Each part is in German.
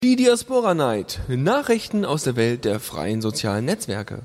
Die Diaspora Night. Nachrichten aus der Welt der freien sozialen Netzwerke.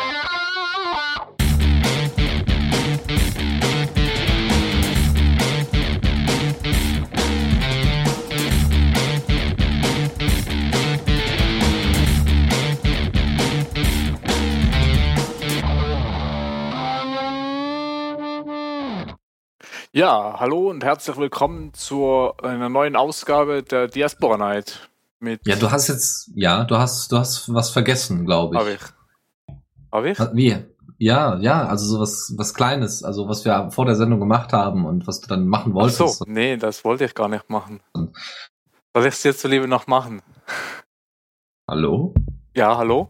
Ja, hallo und herzlich willkommen zu einer neuen Ausgabe der Diaspora Night. Ja, du hast was vergessen, glaube ich. Hab ich? Wie? Ja, also so was Kleines, also was wir vor der Sendung gemacht haben und was du dann machen wolltest. Ach so, nee, das wollte ich gar nicht machen. Soll ich es jetzt so lieber noch machen? Hallo? Ja, hallo?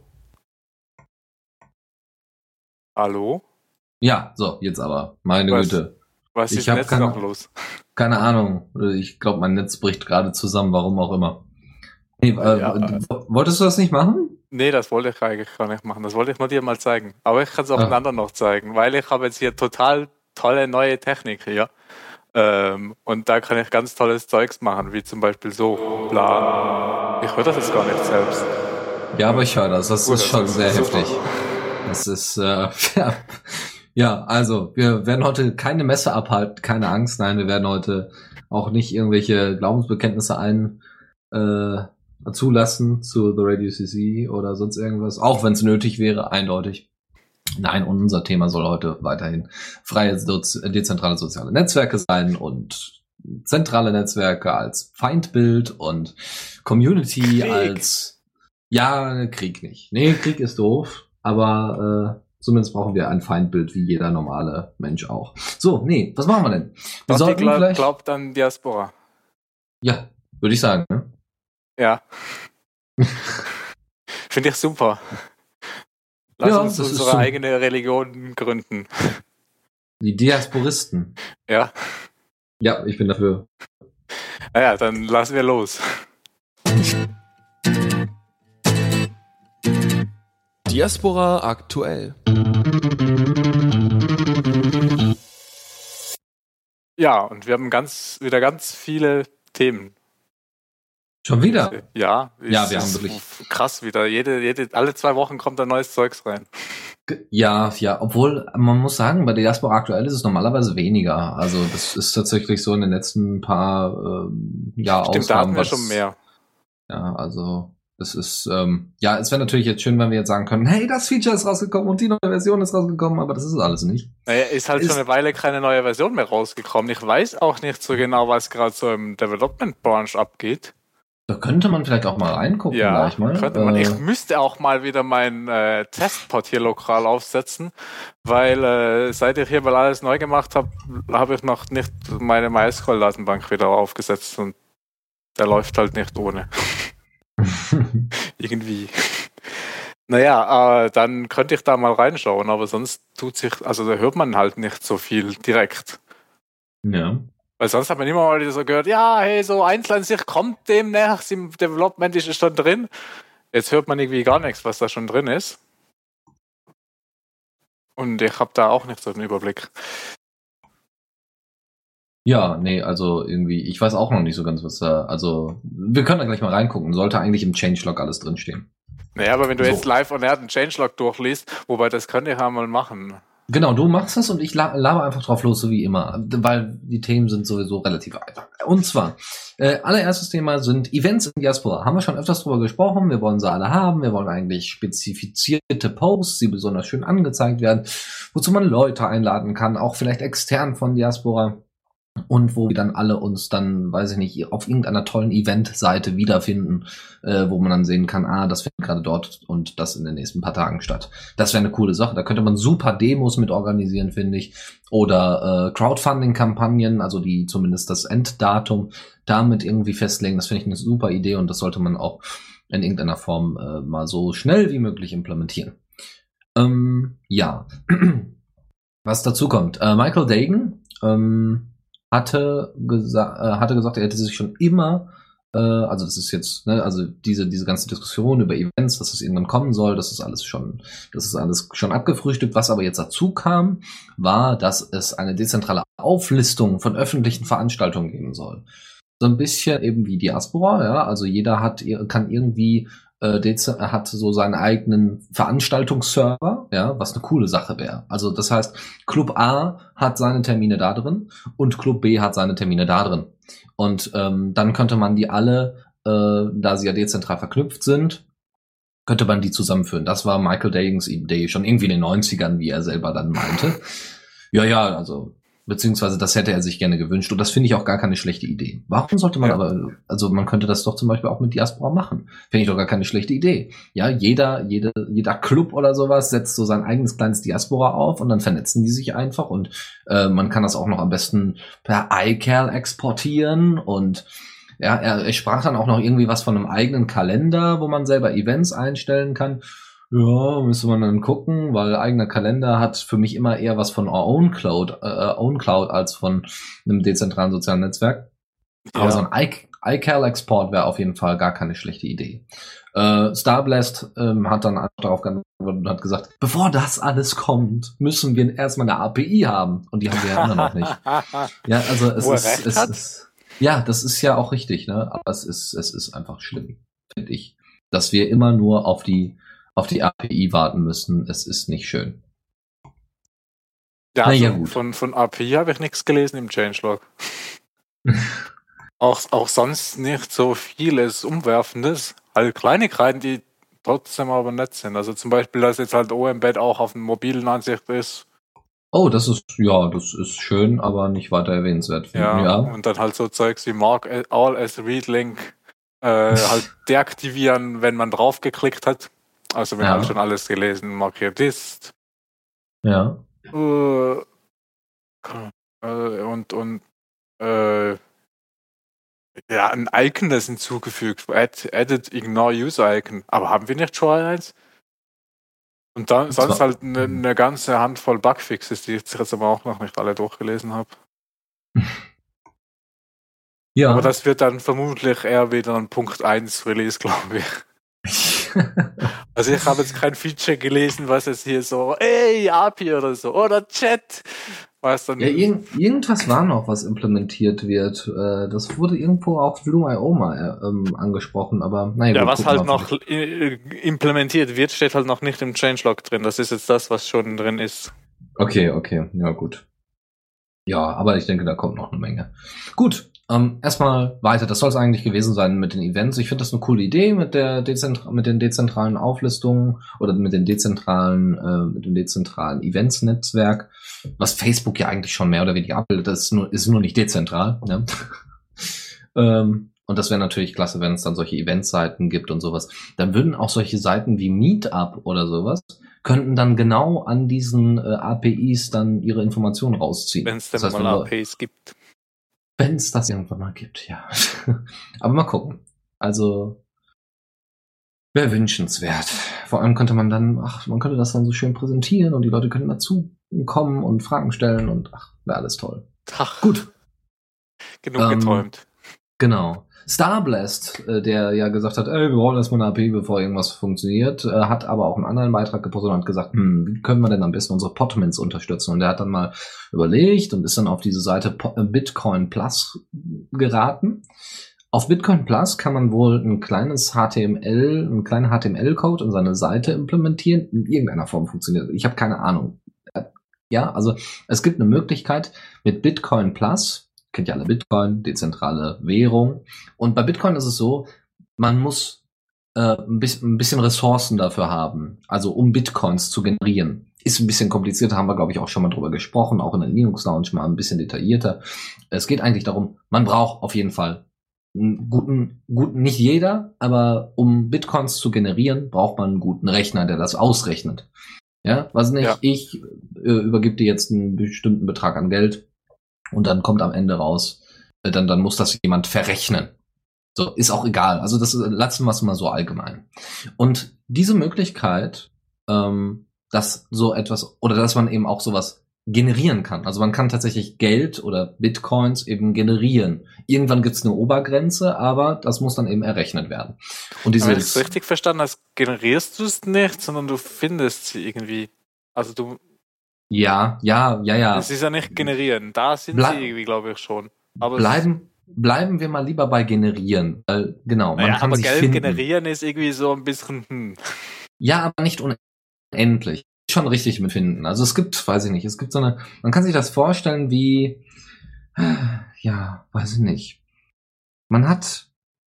Hallo? Ja, so, jetzt aber. Meine Güte. Was ist denn jetzt noch los? Keine Ahnung. Ich glaube, mein Netz bricht gerade zusammen, warum auch immer. Nee, wolltest du das nicht machen? Nee, das wollte ich eigentlich gar nicht machen. Das wollte ich nur dir mal zeigen. Aber ich kann es auch den anderen noch zeigen, weil ich habe jetzt hier total tolle neue Technik hier. Und da kann ich ganz tolles Zeugs machen, wie zum Beispiel so. Bla. Ich höre das jetzt gar nicht selbst. Ja, aber ich höre das. Das ist schon sehr heftig. Das ist, ja, also wir werden heute keine Messe abhalten, keine Angst. Nein, wir werden heute auch nicht irgendwelche Glaubensbekenntnisse zulassen zu The Radio CC oder sonst irgendwas, auch wenn es nötig wäre, eindeutig. Nein, und unser Thema soll heute weiterhin freie, dezentrale soziale Netzwerke sein und zentrale Netzwerke als Feindbild und Community Krieg. als, ja, Krieg nicht. Nee, Krieg ist doof, aber zumindest brauchen wir ein Feindbild wie jeder normale Mensch auch. So, nee, was machen wir denn? Wir sollten vielleicht... glaubt an Diaspora. Ja, würde ich sagen, ne? Ja. Finde ich super. Lass uns unsere eigene Religion gründen. Die Diasporisten. Ja. Ja, ich bin dafür. Naja, dann lassen wir los. Diaspora aktuell. Ja, und wir haben wieder ganz viele Themen. Schon wieder? Ja, wir haben wirklich krass wieder. Alle 2 Wochen kommt da neues Zeugs rein. Ja, obwohl man muss sagen, bei der Diaspora aktuell ist es normalerweise weniger. Also das ist tatsächlich so in den letzten paar Ausgaben. Stimmt, da hatten wir schon mehr. Ja, also das ist, es wäre natürlich jetzt schön, wenn wir jetzt sagen können, hey, das Feature ist rausgekommen und die neue Version ist rausgekommen, aber das ist alles nicht. Naja, ist schon eine Weile keine neue Version mehr rausgekommen. Ich weiß auch nicht so genau, was gerade so im Development-Branch abgeht. Da könnte man vielleicht auch mal reingucken gleich mal. Könnte man. Ich müsste auch mal wieder meinen Testpot hier lokal aufsetzen, weil seit ich hier mal alles neu gemacht habe, habe ich noch nicht meine MySQL-Datenbank wieder aufgesetzt und der läuft halt nicht ohne. Irgendwie. Naja, dann könnte ich da mal reinschauen, aber sonst da hört man halt nicht so viel direkt. Ja. Weil sonst hat man immer mal so gehört, ja, hey, so 1.6 kommt demnächst, im Development ist es schon drin. Jetzt hört man irgendwie gar nichts, was da schon drin ist. Und ich habe da auch nicht so einen Überblick. Ja, nee, also irgendwie, ich weiß auch noch nicht so ganz, was da, also, wir können da gleich mal reingucken, sollte eigentlich im Changelog alles drinstehen. Naja, aber wenn du jetzt live on air den Changelog durchliest, wobei das könnt ihr ja mal machen. Genau, du machst das und ich laber einfach drauf los, so wie immer, weil die Themen sind sowieso relativ einfach. Und zwar, allererstes Thema sind Events in Diaspora. Haben wir schon öfters drüber gesprochen, wir wollen sie alle haben, wir wollen eigentlich spezifizierte Posts, die besonders schön angezeigt werden, wozu man Leute einladen kann, auch vielleicht extern von Diaspora. Und wo wir dann alle uns dann, weiß ich nicht, auf irgendeiner tollen Event-Seite wiederfinden, wo man dann sehen kann, das findet gerade dort und das in den nächsten paar Tagen statt. Das wäre eine coole Sache. Da könnte man super Demos mit organisieren, finde ich. Oder Crowdfunding-Kampagnen, also die zumindest das Enddatum damit irgendwie festlegen. Das finde ich eine super Idee und das sollte man auch in irgendeiner Form mal so schnell wie möglich implementieren. Ja. Was dazu kommt. Michael Dagan, hatte gesagt, er hätte sich schon immer, also das ist jetzt, ne, also diese ganze Diskussion über Events, dass es irgendwann kommen soll, das ist alles schon abgefrühstückt. Was aber jetzt dazu kam, war, dass es eine dezentrale Auflistung von öffentlichen Veranstaltungen geben soll. so ein bisschen eben wie Diaspora, ja, also jeder kann irgendwie hat so seinen eigenen Veranstaltungsserver, ja, was eine coole Sache wäre. Also das heißt, Club A hat seine Termine da drin und Club B hat seine Termine da drin. Und dann könnte man die alle, da sie ja dezentral verknüpft sind, könnte man die zusammenführen. Das war Michael Dayings Idee, schon irgendwie in den 90ern, wie er selber dann meinte. Ja, also beziehungsweise das hätte er sich gerne gewünscht und das finde ich auch gar keine schlechte Idee. Warum sollte man aber, also man könnte das doch zum Beispiel auch mit Diaspora machen. Finde ich doch gar keine schlechte Idee. Ja, jeder Club oder sowas setzt so sein eigenes kleines Diaspora auf und dann vernetzen die sich einfach und man kann das auch noch am besten per iCal exportieren und ja, er sprach dann auch noch irgendwie was von einem eigenen Kalender, wo man selber Events einstellen kann. Ja, müsste man dann gucken, weil eigener Kalender hat für mich immer eher was von OwnCloud als von einem dezentralen sozialen Netzwerk. Ja. Aber so ein iCal-Export wäre auf jeden Fall gar keine schlechte Idee. Starblast hat dann darauf geantwortet und hat gesagt, bevor das alles kommt, müssen wir erstmal eine API haben. Und die haben wir ja immer noch nicht. Ja, also es ist ja, das ist ja auch richtig, ne? Aber es ist einfach schlimm, finde ich, dass wir immer nur auf die API warten müssen. Es ist nicht schön. Ja, also gut. Von API habe ich nichts gelesen im Changelog. auch sonst nicht so vieles Umwerfendes. Halt Kleinigkeiten, die trotzdem aber nett sind. Also zum Beispiel, dass jetzt halt OEmbed auch auf einer mobilen Ansicht ist. Oh, das ist schön, aber nicht weiter erwähnenswert. Ja, und dann halt so Zeugs wie Mark All as Read Link halt deaktivieren, wenn man drauf geklickt hat. Also wenn man schon alles gelesen markiert ist. Ja. Ein Icon, das hinzugefügt. Added Ignore User Icon. Aber haben wir nicht schon eins? Und dann sonst halt eine ganze Handvoll Bugfixes, die ich jetzt aber auch noch nicht alle durchgelesen habe. Ja. Aber das wird dann vermutlich eher wieder ein Punkt 1 Release, glaube ich. Also ich habe jetzt kein Feature gelesen, was jetzt hier so, API oder so, oder Chat. Was dann irgendwas war noch, was implementiert wird. Das wurde irgendwo auf Loom.io mal angesprochen, aber naja. Ja, was halt noch implementiert wird, steht halt noch nicht im Changelog drin. Das ist jetzt das, was schon drin ist. Okay, ja gut. Ja, aber ich denke, da kommt noch eine Menge. Gut, erstmal weiter. Das soll es eigentlich gewesen sein mit den Events. Ich finde das eine coole Idee mit den dezentralen Auflistungen oder mit dem dezentralen Events-Netzwerk, was Facebook ja eigentlich schon mehr oder weniger abbildet. Das ist nur nicht dezentral. Ne? Und das wäre natürlich klasse, wenn es dann solche Eventseiten gibt und sowas. Dann würden auch solche Seiten wie Meetup oder sowas könnten dann genau an diesen APIs dann ihre Informationen rausziehen. Wenn es denn mal APIs gibt. Wenn es das irgendwann mal gibt, ja. Aber mal gucken. Also, wäre wünschenswert. Vor allem könnte man könnte das dann so schön präsentieren und die Leute können dazu kommen und Fragen stellen und wäre alles toll. Gut. Genug geträumt. Genau. Starblast, der ja gesagt hat, wir brauchen erstmal eine API, bevor irgendwas funktioniert, hat aber auch einen anderen Beitrag gepostet und hat gesagt, wie können wir denn am besten unsere Podmins unterstützen? Und der hat dann mal überlegt und ist dann auf diese Seite Bitcoin Plus geraten. Auf Bitcoin Plus kann man wohl einen kleinen HTML-Code in seine Seite implementieren. In irgendeiner Form funktioniert. Ich habe keine Ahnung. Ja, also es gibt eine Möglichkeit mit Bitcoin Plus, kennt ja alle Bitcoin, dezentrale Währung. Und bei Bitcoin ist es so, man muss ein bisschen Ressourcen dafür haben, also um Bitcoins zu generieren. Ist ein bisschen komplizierter, haben wir, glaube ich, auch schon mal drüber gesprochen, auch in der Linux Lounge mal ein bisschen detaillierter. Es geht eigentlich darum, man braucht auf jeden Fall einen guten, nicht jeder, aber um Bitcoins zu generieren, braucht man einen guten Rechner, der das ausrechnet. Ja, was nicht, ich übergebe dir jetzt einen bestimmten Betrag an Geld, und dann kommt am Ende raus, dann muss das jemand verrechnen. So, ist auch egal. Also das lassen wir es mal so allgemein. Und diese Möglichkeit, dass so etwas, oder dass man eben auch sowas generieren kann. Also man kann tatsächlich Geld oder Bitcoins eben generieren. Irgendwann gibt es eine Obergrenze, aber das muss dann eben errechnet werden. Und wenn ich es richtig verstanden habe, generierst du es nicht, sondern du findest sie irgendwie. Also du... Ja. Es ist ja nicht generieren. Da sind sie irgendwie, glaube ich, schon. Aber bleiben wir mal lieber bei generieren. Weil, genau, man kann aber sich Geld finden. generieren ist irgendwie so ein bisschen, Ja, aber nicht unendlich. Schon richtig mit finden. Also es gibt, weiß ich nicht, es gibt so eine, man kann sich das vorstellen wie, ja, weiß ich nicht. Man hat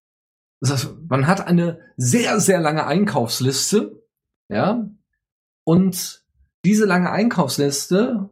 eine sehr, sehr lange Einkaufsliste, ja, und diese lange Einkaufsliste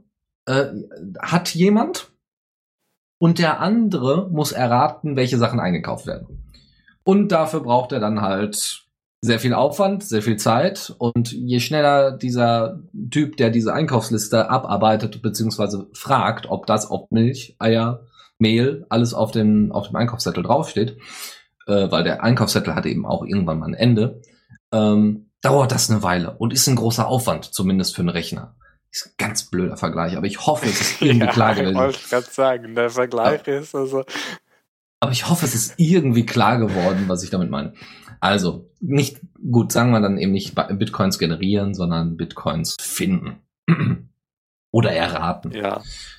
hat jemand und der andere muss erraten, welche Sachen eingekauft werden. Und dafür braucht er dann halt sehr viel Aufwand, sehr viel Zeit und je schneller dieser Typ, der diese Einkaufsliste abarbeitet bzw. fragt, ob Milch, Eier, Mehl, alles auf dem Einkaufszettel draufsteht, weil der Einkaufszettel hat eben auch irgendwann mal ein Ende, dauert das eine Weile und ist ein großer Aufwand, zumindest für einen Rechner. Ist ein ganz blöder Vergleich, aber ich hoffe, es ist irgendwie klar gewesen. Ich wollte gerade sagen, der Vergleich ist also. Aber ich hoffe, es ist irgendwie klar geworden, was ich damit meine. Also, nicht, gut, sagen wir dann eben nicht Bitcoins generieren, sondern Bitcoins finden. Oder erraten. Ja.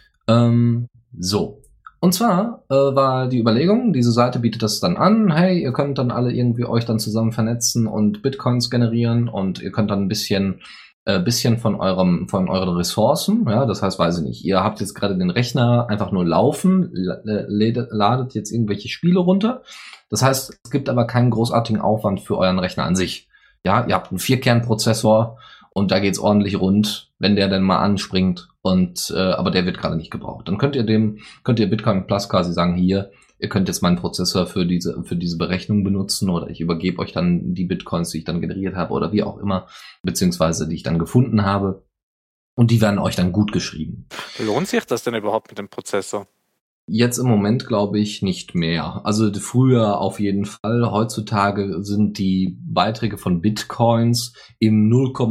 So. Und zwar war die Überlegung, diese Seite bietet das dann an, hey, ihr könnt dann alle irgendwie euch dann zusammen vernetzen und Bitcoins generieren und ihr könnt dann ein bisschen von euren Ressourcen, ja, das heißt, weiß ich nicht, ihr habt jetzt gerade den Rechner einfach nur laufen, ladet jetzt irgendwelche Spiele runter. Das heißt, es gibt aber keinen großartigen Aufwand für euren Rechner an sich. Ja, ihr habt einen 4-Kern-Prozessor und da geht's ordentlich rund, wenn der dann mal anspringt und aber der wird gerade nicht gebraucht. Dann könnt ihr Bitcoin Plus quasi sagen, hier, ihr könnt jetzt meinen Prozessor für diese Berechnung benutzen oder ich übergebe euch dann die Bitcoins, die ich dann generiert habe oder wie auch immer, beziehungsweise die ich dann gefunden habe und die werden euch dann gut geschrieben. Lohnt sich das denn überhaupt mit dem Prozessor? Jetzt im Moment glaube ich nicht mehr. Also früher auf jeden Fall. Heutzutage sind die Beiträge von Bitcoins im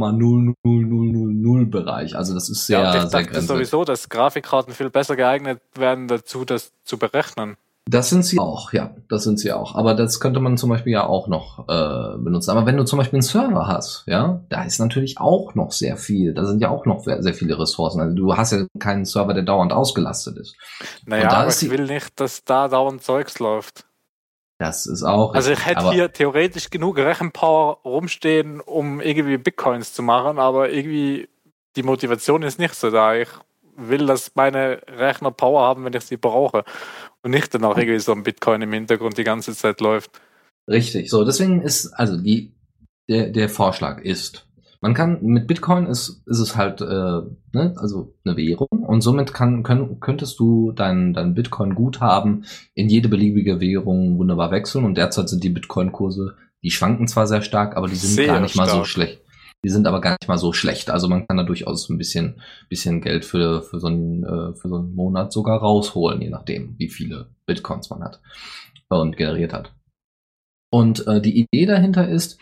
0,00000 Bereich. Also das ist sehr, ja, sehr grenzwertig. Sowieso, dass Grafikkarten viel besser geeignet werden dazu, das zu berechnen. Das sind sie auch, ja, das sind sie auch. Aber das könnte man zum Beispiel ja auch noch benutzen. Aber wenn du zum Beispiel einen Server hast, ja, da ist natürlich auch noch sehr viel. Da sind ja auch noch sehr viele Ressourcen. Also du hast ja keinen Server, der dauernd ausgelastet ist. Naja, aber ich will nicht, dass da dauernd Zeugs läuft. Das ist auch also ich hätte hier theoretisch genug Rechenpower rumstehen, um irgendwie Bitcoins zu machen, aber irgendwie die Motivation ist nicht so da. Ich will, dass meine Rechner Power haben, wenn ich sie brauche. Und nicht dann auch irgendwie so ein Bitcoin im Hintergrund die ganze Zeit läuft. Richtig. So, deswegen ist, also der Vorschlag ist, man kann, mit Bitcoin ist es halt, also eine Währung und somit könntest du dein Bitcoin-Guthaben in jede beliebige Währung wunderbar wechseln und derzeit sind die Bitcoin-Kurse, die schwanken zwar sehr stark, aber die sind gar nicht mal so schlecht. Die sind aber gar nicht mal so schlecht. Also man kann da durchaus ein bisschen Geld für so einen Monat sogar rausholen, je nachdem, wie viele Bitcoins man hat und generiert hat. Und die Idee dahinter ist,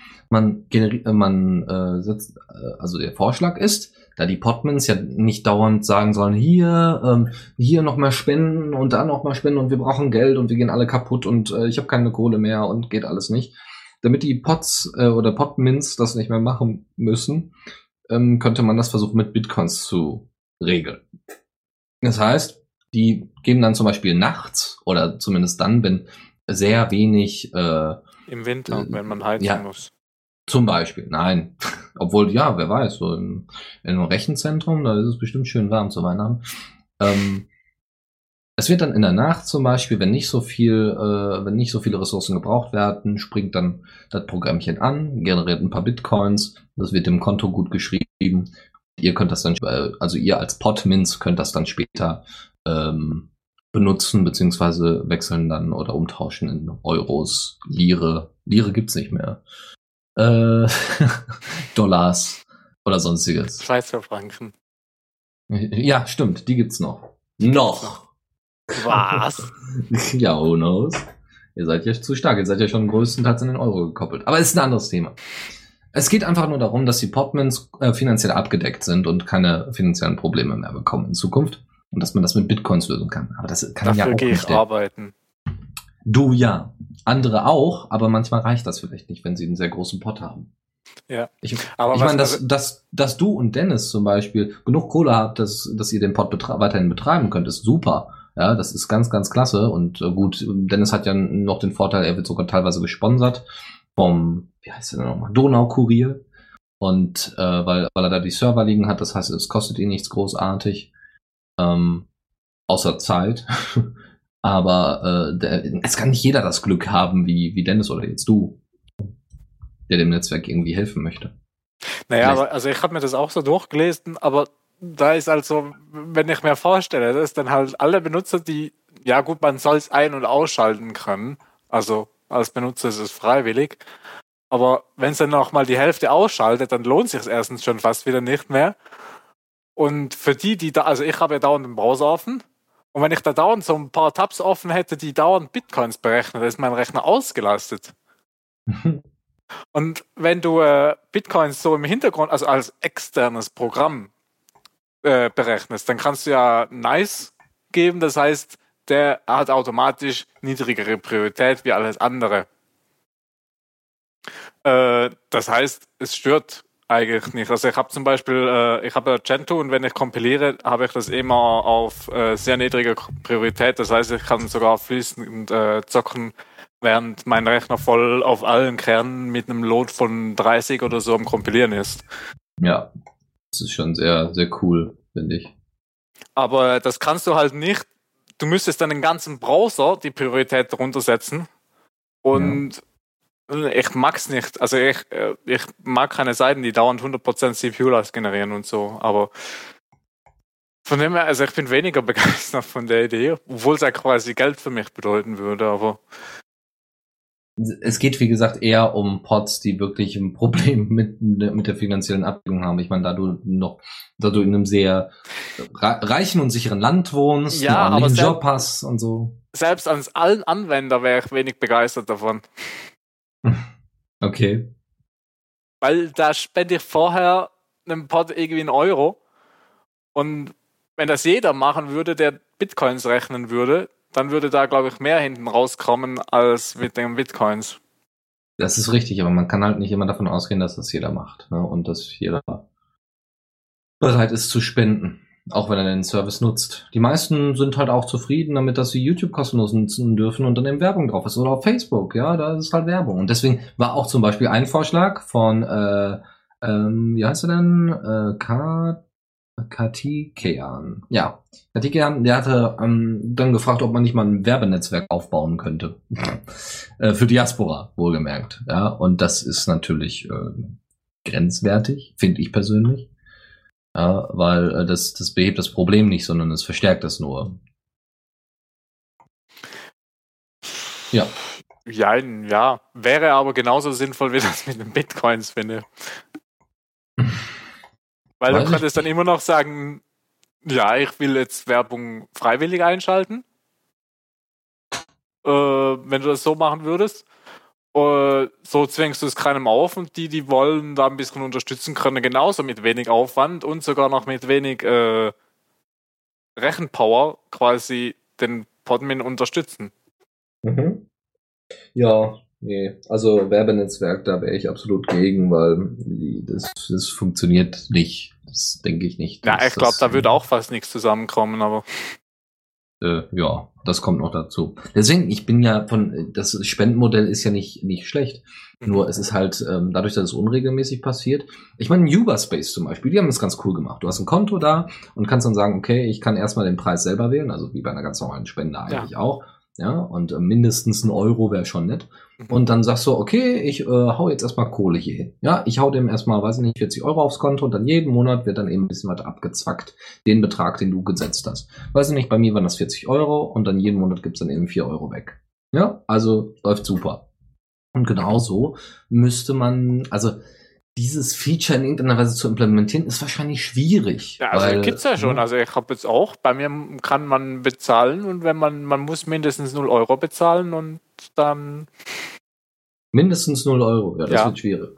also der Vorschlag ist, da die Podmans ja nicht dauernd sagen sollen, hier noch mal spenden und da noch mal spenden und wir brauchen Geld und wir gehen alle kaputt und ich habe keine Kohle mehr und geht alles nicht. Damit die Pods oder Podmins das nicht mehr machen müssen, könnte man das versuchen mit Bitcoins zu regeln. Das heißt, die geben dann zum Beispiel nachts oder zumindest dann, wenn sehr wenig im Winter, wenn man heizen muss. Zum Beispiel, nein. Obwohl, ja, wer weiß, so in einem Rechenzentrum, da ist es bestimmt schön warm zu Weihnachten. Es wird dann in der Nacht zum Beispiel, wenn nicht so viele Ressourcen gebraucht werden, springt dann das Programmchen an, generiert ein paar Bitcoins, das wird dem Konto gut geschrieben. Ihr könnt das dann, also ihr als Podmins könnt das dann später benutzen, beziehungsweise wechseln dann oder umtauschen in Euros, Lire gibt's nicht mehr. Dollars oder sonstiges. Schweizer Franken. Ja, stimmt, die gibt's noch. Noch! Was? Ja, who knows? Ihr seid ja zu stark, ihr seid ja schon größtenteils in den Euro gekoppelt. Aber ist ein anderes Thema. Es geht einfach nur darum, dass die Podmans finanziell abgedeckt sind und keine finanziellen Probleme mehr bekommen in Zukunft. Und dass man das mit Bitcoins lösen kann. Aber das kann ja auch nicht. Dafür gehe ich arbeiten. Du ja. Andere auch, aber manchmal reicht das vielleicht nicht, wenn sie einen sehr großen Pot haben. Ja. Ich meine, dass du und Dennis zum Beispiel genug Kohle habt, dass ihr den Pod weiterhin betreiben könnt, ist super. Ja, das ist ganz, ganz klasse. Und gut, Dennis hat ja noch den Vorteil, er wird sogar teilweise gesponsert vom, wie heißt der denn nochmal, Donaukurier. Und weil er da die Server liegen hat, das heißt, es kostet ihn nichts großartig. Außer Zeit. Aber es kann nicht jeder das Glück haben, wie Dennis oder jetzt du, der dem Netzwerk irgendwie helfen möchte. Naja, aber also ich habe mir das auch so durchgelesen, aber da ist also, wenn ich mir vorstelle, das ist dann halt alle Benutzer, die, ja gut, man soll es ein- und ausschalten können. Also als Benutzer ist es freiwillig. Aber wenn es dann noch mal die Hälfte ausschaltet, dann lohnt sich es erstens schon fast wieder nicht mehr. Und für die da, also ich habe ja dauernd den Browser offen. Und wenn ich da dauernd so ein paar Tabs offen hätte, die dauernd Bitcoins berechnen, dann ist mein Rechner ausgelastet. Und wenn du Bitcoins so im Hintergrund, also als externes Programm berechnest, dann kannst du ja nice geben. Das heißt, der hat automatisch niedrigere Priorität wie alles andere. Das heißt, es stört eigentlich nicht. Also ich habe zum Beispiel, ich habe Gentoo und wenn ich kompiliere, habe ich das immer auf sehr niedriger Priorität. Das heißt, ich kann sogar fließend zocken, während mein Rechner voll auf allen Kernen mit einem Load von 30 oder so am Kompilieren ist. Ja, das ist schon sehr, sehr cool, finde ich. Aber das kannst du halt nicht. Du müsstest dann den ganzen Browser die Priorität runtersetzen. Und ich mag's nicht. Also ich mag keine Seiten, die dauernd 100% CPU-Last generieren und so. Aber von dem her, also ich bin weniger begeistert von der Idee, obwohl es ja quasi Geld für mich bedeuten würde, aber es geht, wie gesagt, eher um Pods, die wirklich ein Problem mit der finanziellen Abwicklung haben. Ich meine, da du in einem sehr reichen und sicheren Land wohnst, ja, einen aber Job hast und so. Selbst als allen Anwender wäre ich wenig begeistert davon. Okay. Weil da spende ich vorher einem Pod irgendwie €1 und wenn das jeder machen würde, der Bitcoins rechnen würde, dann würde da, glaube ich, mehr hinten rauskommen als mit den Bitcoins. Das ist richtig, aber man kann halt nicht immer davon ausgehen, dass das jeder macht, ne? Und dass jeder bereit ist zu spenden, auch wenn er den Service nutzt. Die meisten sind halt auch zufrieden damit, dass sie YouTube kostenlos nutzen dürfen und dann eben Werbung drauf ist. Oder auf Facebook, ja, da ist halt Werbung. Und deswegen war auch zum Beispiel ein Vorschlag von, wie heißt er denn? Katikean. Ja, Katikean, der hatte dann gefragt, ob man nicht mal ein Werbenetzwerk aufbauen könnte. Für Diaspora, wohlgemerkt. Ja, und das ist natürlich grenzwertig, finde ich persönlich. Ja, weil das behebt das Problem nicht, sondern es verstärkt es nur. Ja. Ja, wäre aber genauso sinnvoll wie das mit den Bitcoins, finde ich. Weil du könntest dann immer noch sagen, ja, ich will jetzt Werbung freiwillig einschalten. Wenn du das so machen würdest. So zwängst du es keinem auf und die wollen da ein bisschen unterstützen können, genauso mit wenig Aufwand und sogar noch mit wenig Rechenpower quasi den Podmin unterstützen. Mhm. Ja, nee, also Werbenetzwerk, da wäre ich absolut gegen, weil das funktioniert nicht. Das denke ich nicht. Ja, ich glaube, da würde auch fast nichts zusammenkommen, aber ja, das kommt noch dazu. Deswegen, ich bin ja das Spendenmodell ist ja nicht schlecht. Nur es ist halt, dadurch, dass es unregelmäßig passiert. Ich meine, Uberspace zum Beispiel, die haben das ganz cool gemacht. Du hast ein Konto da und kannst dann sagen, okay, ich kann erstmal den Preis selber wählen, also wie bei einer ganz normalen Spende eigentlich auch. Ja, und mindestens €1 wäre schon nett. Und dann sagst du, okay, ich hau jetzt erstmal Kohle hier hin. Ja, ich hau dem erstmal, weiß ich nicht, 40 € aufs Konto und dann jeden Monat wird dann eben ein bisschen weiter abgezwackt, den Betrag, den du gesetzt hast. Weiß ich nicht, bei mir waren das 40 € und dann jeden Monat gibt's dann eben 4 € weg. Ja, also läuft super. Und genauso müsste man, also dieses Feature in irgendeiner Weise zu implementieren, ist wahrscheinlich schwierig. Ja, also gibt's ja schon. Also ich habe jetzt auch, bei mir kann man bezahlen und wenn man muss mindestens 0 € bezahlen und dann mindestens 0 €, ja, das wird schwierig.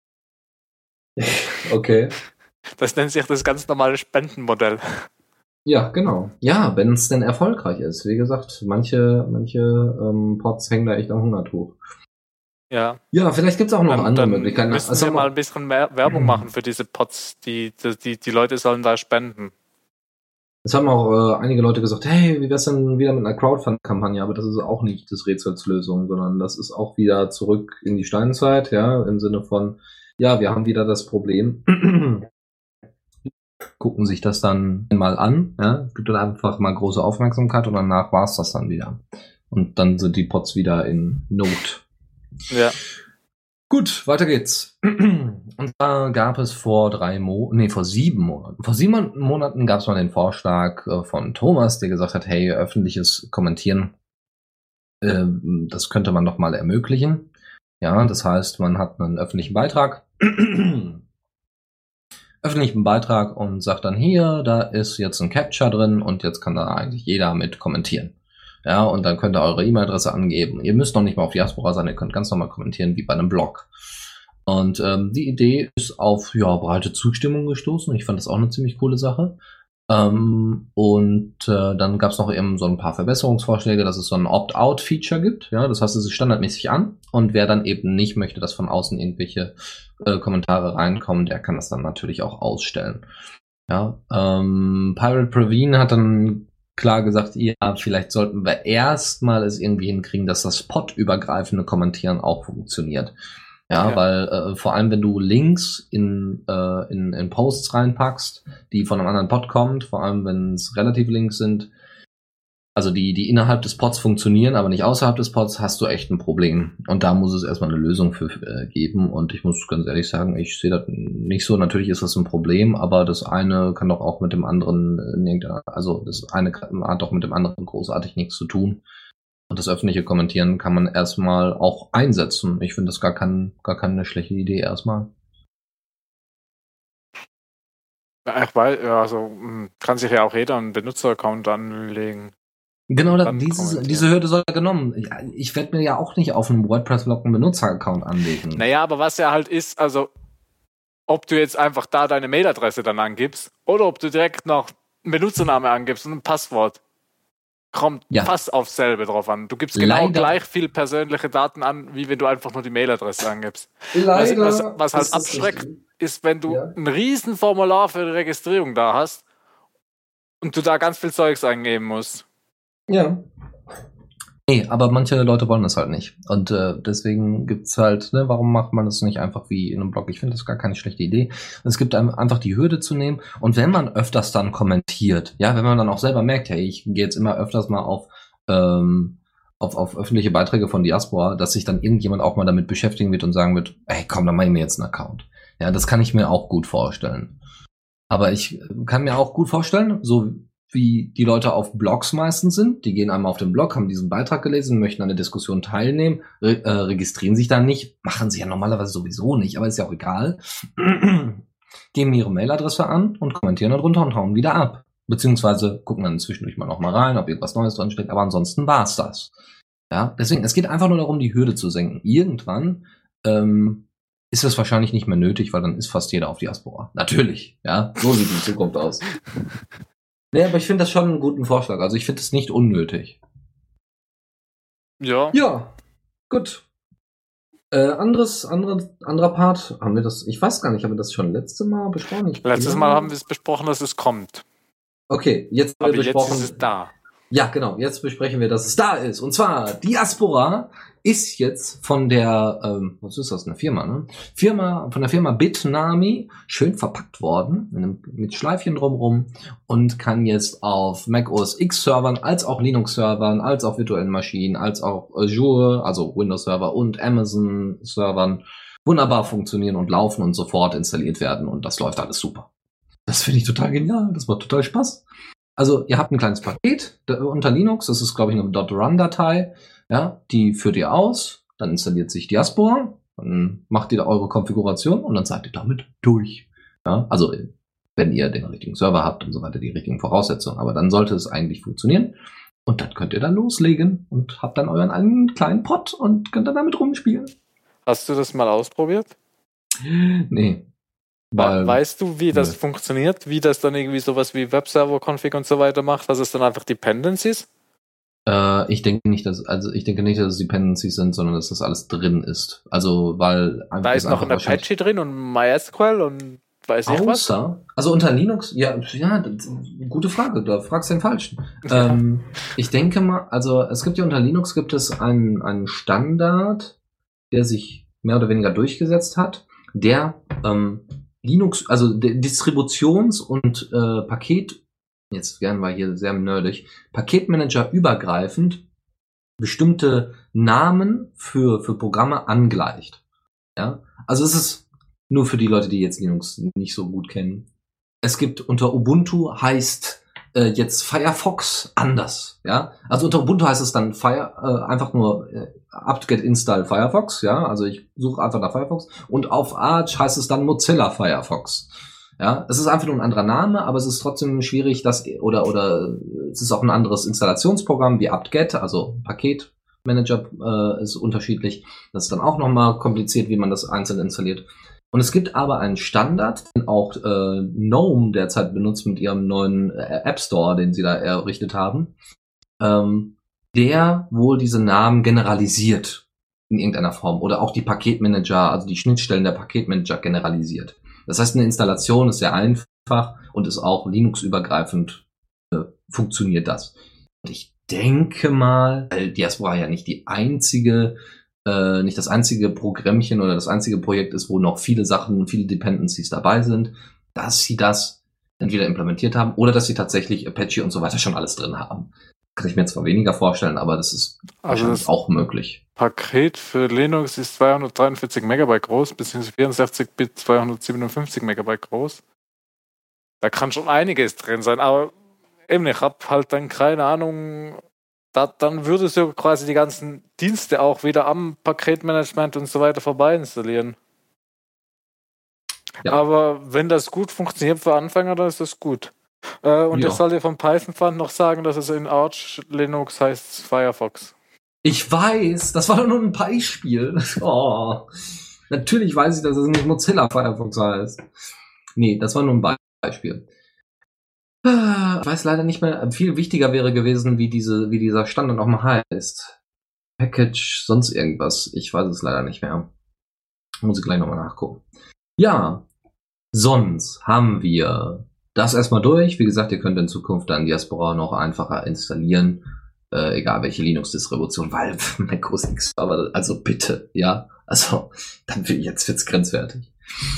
Okay. Das nennt sich das ganz normale Spendenmodell. Ja, genau. Ja, wenn es denn erfolgreich ist. Wie gesagt, manche Pods hängen da echt am Hungertuch. Ja. Ja, vielleicht gibt's auch noch andere Möglichkeiten. Müssen wir mal ein bisschen mehr Werbung machen für diese Pods. Die Leute sollen da spenden. Es haben auch einige Leute gesagt, hey, wie wär's denn wieder mit einer Crowdfund-Kampagne? Aber das ist auch nicht das Rätsels Lösung, sondern das ist auch wieder zurück in die Steinzeit, ja, im Sinne von, ja, wir haben wieder das Problem. Gucken sich das dann mal an, ja, es gibt dann einfach mal große Aufmerksamkeit und danach war's das dann wieder. Und dann sind die Pots wieder in Not. Ja. Gut, weiter geht's. Und da gab es vor 7 Monaten. Vor 7 Monaten gab es mal den Vorschlag von Thomas, der gesagt hat, hey, öffentliches Kommentieren, das könnte man doch mal ermöglichen. Ja, das heißt, man hat einen öffentlichen Beitrag und sagt dann hier, da ist jetzt ein Captcha drin und jetzt kann da eigentlich jeder mit kommentieren. Ja, und dann könnt ihr eure E-Mail-Adresse angeben. Ihr müsst noch nicht mal auf Diaspora sein, ihr könnt ganz normal kommentieren wie bei einem Blog. Und die Idee ist auf breite Zustimmung gestoßen. Ich fand das auch eine ziemlich coole Sache. Dann gab es noch eben so ein paar Verbesserungsvorschläge, dass es so ein Opt-out-Feature gibt. Ja, das heißt, es ist standardmäßig an. Und wer dann eben nicht möchte, dass von außen irgendwelche Kommentare reinkommen, der kann das dann natürlich auch ausstellen. Ja, Pirate Praveen hat dann klar gesagt, ja, vielleicht sollten wir erstmal es irgendwie hinkriegen, dass das pod-übergreifende Kommentieren auch funktioniert. Ja, weil vor allem, wenn du Links in Posts reinpackst, die von einem anderen Pod kommt, vor allem, wenn es relativ Links sind, also die innerhalb des Pods funktionieren, aber nicht außerhalb des Pods, hast du echt ein Problem. Und da muss es erstmal eine Lösung für geben. Und ich muss ganz ehrlich sagen, ich sehe das nicht so. Natürlich ist das ein Problem, aber das eine kann doch auch mit dem anderen, also das eine hat doch mit dem anderen großartig nichts zu tun. Und das öffentliche Kommentieren kann man erstmal auch einsetzen. Ich finde das gar keine schlechte Idee erstmal. Kann sich ja auch jeder einen Benutzeraccount anlegen. Genau, diese Hürde soll ja genommen. Ich werde mir ja auch nicht auf einem WordPress-Blog einen Benutzeraccount anlegen. Naja, aber was ja halt ist, also ob du jetzt einfach da deine Mailadresse dann angibst oder ob du direkt noch einen Benutzername angibst und ein Passwort, kommt fast aufs selbe drauf an. Du gibst genau gleich viel persönliche Daten an, wie wenn du einfach nur die Mailadresse angibst. Was halt abschreckt, ist, wenn du ein Riesenformular für die Registrierung da hast und du da ganz viel Zeugs eingeben musst. Ja. Nee, aber manche Leute wollen das halt nicht. Und deswegen gibt's halt, warum macht man das nicht einfach wie in einem Blog? Ich finde das gar keine schlechte Idee. Es gibt einem einfach die Hürde zu nehmen. Und wenn man öfters dann kommentiert, ja, wenn man dann auch selber merkt, hey, ich gehe jetzt immer öfters mal auf öffentliche Beiträge von Diaspora, dass sich dann irgendjemand auch mal damit beschäftigen wird und sagen wird, hey, komm, dann mach ich mir jetzt einen Account. Ja, das kann ich mir auch gut vorstellen. Aber ich kann mir auch gut vorstellen, so wie die Leute auf Blogs meistens sind. Die gehen einmal auf den Blog, haben diesen Beitrag gelesen, möchten an der Diskussion teilnehmen, registrieren sich dann nicht, machen sie ja normalerweise sowieso nicht, aber ist ja auch egal. Geben ihre Mailadresse an und kommentieren darunter und hauen wieder ab. Beziehungsweise gucken dann zwischendurch mal noch mal rein, ob irgendwas Neues drin steckt, aber ansonsten war's das. Ja, deswegen, es geht einfach nur darum, die Hürde zu senken. Irgendwann ist es wahrscheinlich nicht mehr nötig, weil dann ist fast jeder auf Diaspora. Natürlich, ja, so sieht die Zukunft aus. Nee, aber ich finde das schon einen guten Vorschlag. Also ich finde es nicht unnötig. Ja. Ja, gut. Anderer Part, haben wir das, ich weiß gar nicht, haben wir das schon letztes Mal besprochen? Letztes Mal haben wir es besprochen, dass es kommt. Okay, jetzt haben wir besprochen. Jetzt ist es da. Ja, genau, jetzt besprechen wir, dass es da ist. Und zwar, Diaspora ist jetzt von der, was ist das, eine Firma, ne? Von der Firma Bitnami schön verpackt worden, mit Schleifchen drumrum und kann jetzt auf Mac OS X Servern, als auch Linux Servern, als auch virtuellen Maschinen, als auch Azure, also Windows Server und Amazon Servern wunderbar funktionieren und laufen und sofort installiert werden und das läuft alles super. Das finde ich total genial, das macht total Spaß. Also ihr habt ein kleines Paket unter Linux, das ist glaube ich eine .run-Datei, ja, die führt ihr aus, dann installiert sich Diaspora, dann macht ihr da eure Konfiguration und dann seid ihr damit durch. Ja, also wenn ihr den richtigen Server habt und so weiter, die richtigen Voraussetzungen, aber dann sollte es eigentlich funktionieren und dann könnt ihr dann loslegen und habt dann euren eigenen kleinen Pod und könnt dann damit rumspielen. Hast du das mal ausprobiert? Nee. Weißt du, wie das funktioniert? Wie das dann irgendwie sowas wie Webserver-Config und so weiter macht? Was es dann einfach Dependencies? Ich denke nicht, dass es Dependencies sind, sondern dass das alles drin ist. Also, weil da ist noch ein Apache drin und MySQL und weiß ich was. Also unter Linux, gute Frage, da fragst du den Falschen. Ja. Ich denke mal, also es gibt ja unter Linux gibt es einen Standard, der sich mehr oder weniger durchgesetzt hat, der Linux, also Distributions- und Paket, jetzt werden wir hier sehr nerdig, Paketmanager übergreifend bestimmte Namen für Programme angleicht. Ja, also es ist nur für die Leute, die jetzt Linux nicht so gut kennen. Es gibt unter Ubuntu heißt jetzt Firefox anders, ja. Also unter Ubuntu heißt es dann einfach nur apt-get install Firefox, ja. Also ich suche einfach nach Firefox und auf Arch heißt es dann Mozilla Firefox. Ja, es ist einfach nur ein anderer Name, aber es ist trotzdem schwierig, oder es ist auch ein anderes Installationsprogramm wie apt-get, also Paketmanager ist unterschiedlich. Das ist dann auch nochmal kompliziert, wie man das einzeln installiert. Und es gibt aber einen Standard, den auch GNOME derzeit benutzt mit ihrem neuen App Store, den sie da errichtet haben, der wohl diese Namen generalisiert in irgendeiner Form oder auch die Paketmanager, also die Schnittstellen der Paketmanager generalisiert. Das heißt, eine Installation ist sehr einfach und ist auch Linux-übergreifend funktioniert das. Und ich denke mal, weil Diaspora ja nicht nicht das einzige Programmchen oder das einzige Projekt ist, wo noch viele Sachen, viele Dependencies dabei sind, dass sie das entweder implementiert haben oder dass sie tatsächlich Apache und so weiter schon alles drin haben. Kann ich mir zwar weniger vorstellen, aber das ist wahrscheinlich auch möglich. Paket für Linux ist 243 Megabyte groß, beziehungsweise 64-Bit 257 Megabyte groß. Da kann schon einiges drin sein, aber eben, ich habe halt dann keine Ahnung. Dann würdest du quasi die ganzen Dienste auch wieder am Paketmanagement und so weiter vorbei installieren. Ja. Aber wenn das gut funktioniert für Anfänger, dann ist das gut. Und ich soll dir vom Python-Fund noch sagen, dass es in Arch Linux heißt Firefox. Ich weiß, das war doch nur ein Beispiel. Oh. Natürlich weiß ich, dass es nicht Mozilla Firefox heißt. Nee, das war nur ein Beispiel. Ich weiß leider nicht mehr, viel wichtiger wäre gewesen, wie dieser Standard nochmal heißt. Package, sonst irgendwas. Ich weiß es leider nicht mehr. Muss ich gleich nochmal nachgucken. Ja, sonst haben wir das erstmal durch. Wie gesagt, ihr könnt in Zukunft dann Diaspora noch einfacher installieren. Egal welche Linux-Distribution, weil Mac OS X, aber also bitte, ja. Also, jetzt wird's grenzwertig.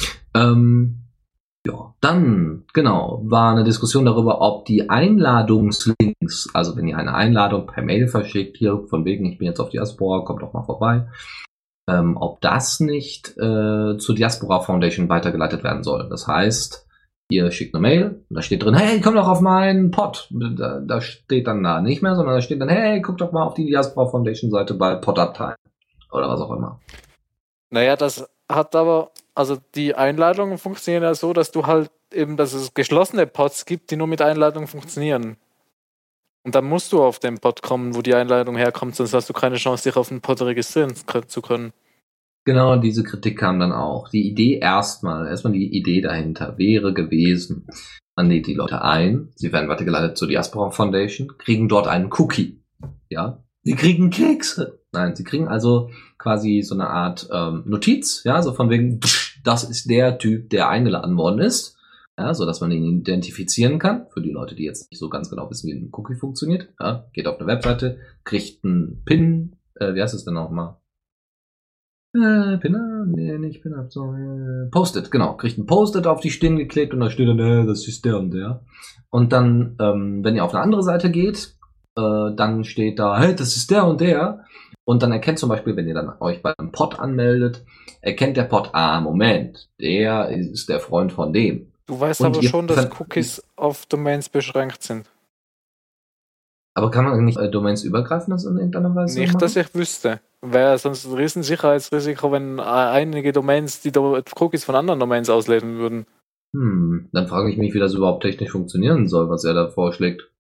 Ja, dann, genau, war eine Diskussion darüber, ob die Einladungslinks, also wenn ihr eine Einladung per Mail verschickt, hier von wegen, ich bin jetzt auf Diaspora, kommt doch mal vorbei, ob das nicht zur Diaspora Foundation weitergeleitet werden soll. Das heißt, ihr schickt eine Mail, und da steht drin, hey, komm doch auf meinen Pod. Da steht dann da nicht mehr, sondern da steht dann, hey, guck doch mal auf die Diaspora Foundation Seite bei Podabteil. Oder was auch immer. Naja, das hat aber, also die Einladungen funktionieren ja so, dass du halt eben, dass es geschlossene Pods gibt, die nur mit Einladungen funktionieren. Und dann musst du auf den Pod kommen, wo die Einladung herkommt, sonst hast du keine Chance, dich auf den Pod registrieren zu können. Genau, diese Kritik kam dann auch. Die Idee erstmal die Idee dahinter wäre gewesen, man lädt die Leute ein, sie werden weitergeleitet zur Diaspora Foundation, kriegen dort einen Cookie. Ja, sie kriegen Kekse. Nein, sie kriegen also quasi so eine Art Notiz, ja, so von wegen, das ist der Typ, der eingeladen worden ist, ja, so dass man ihn identifizieren kann. Für die Leute, die jetzt nicht so ganz genau wissen, wie ein Cookie funktioniert, ja, geht auf eine Webseite, kriegt einen Pin, wie heißt es denn nochmal? Pinner? Nee, nicht Pinner, so, Post-it, genau. Kriegt ein Post-it auf die Stirn geklebt und da steht dann, das ist der und der. Und dann, wenn ihr auf eine andere Seite geht, dann steht da, hey, das ist der und der. Und dann erkennt zum Beispiel, wenn ihr dann euch bei einem Pod anmeldet, erkennt der Pod, Moment, der ist der Freund von dem. Du weißt aber schon, dass Cookies auf Domains beschränkt sind. Aber kann man nicht Domains übergreifen, das in irgendeiner Weise nicht, dass ich wüsste. Wäre sonst ein Riesensicherheitsrisiko, wenn einige Domains die Cookies von anderen Domains auslesen würden. Dann frage ich mich, wie das überhaupt technisch funktionieren soll, was er da vorschlägt.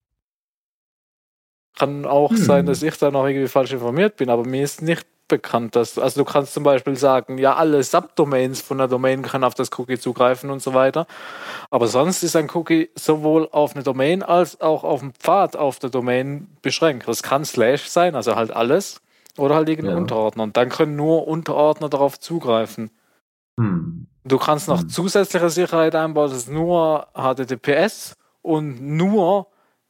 Kann auch sein, dass ich da noch irgendwie falsch informiert bin, aber mir ist nicht bekannt, dass, also du kannst zum Beispiel sagen, ja, alle Subdomains von der Domain können auf das Cookie zugreifen und so weiter, aber sonst ist ein Cookie sowohl auf eine Domain als auch auf einen Pfad auf der Domain beschränkt. Das kann / sein, also halt alles, oder halt irgendein Unterordner, und dann können nur Unterordner darauf zugreifen. Du kannst noch zusätzliche Sicherheit einbauen, das ist nur HTTPS und nur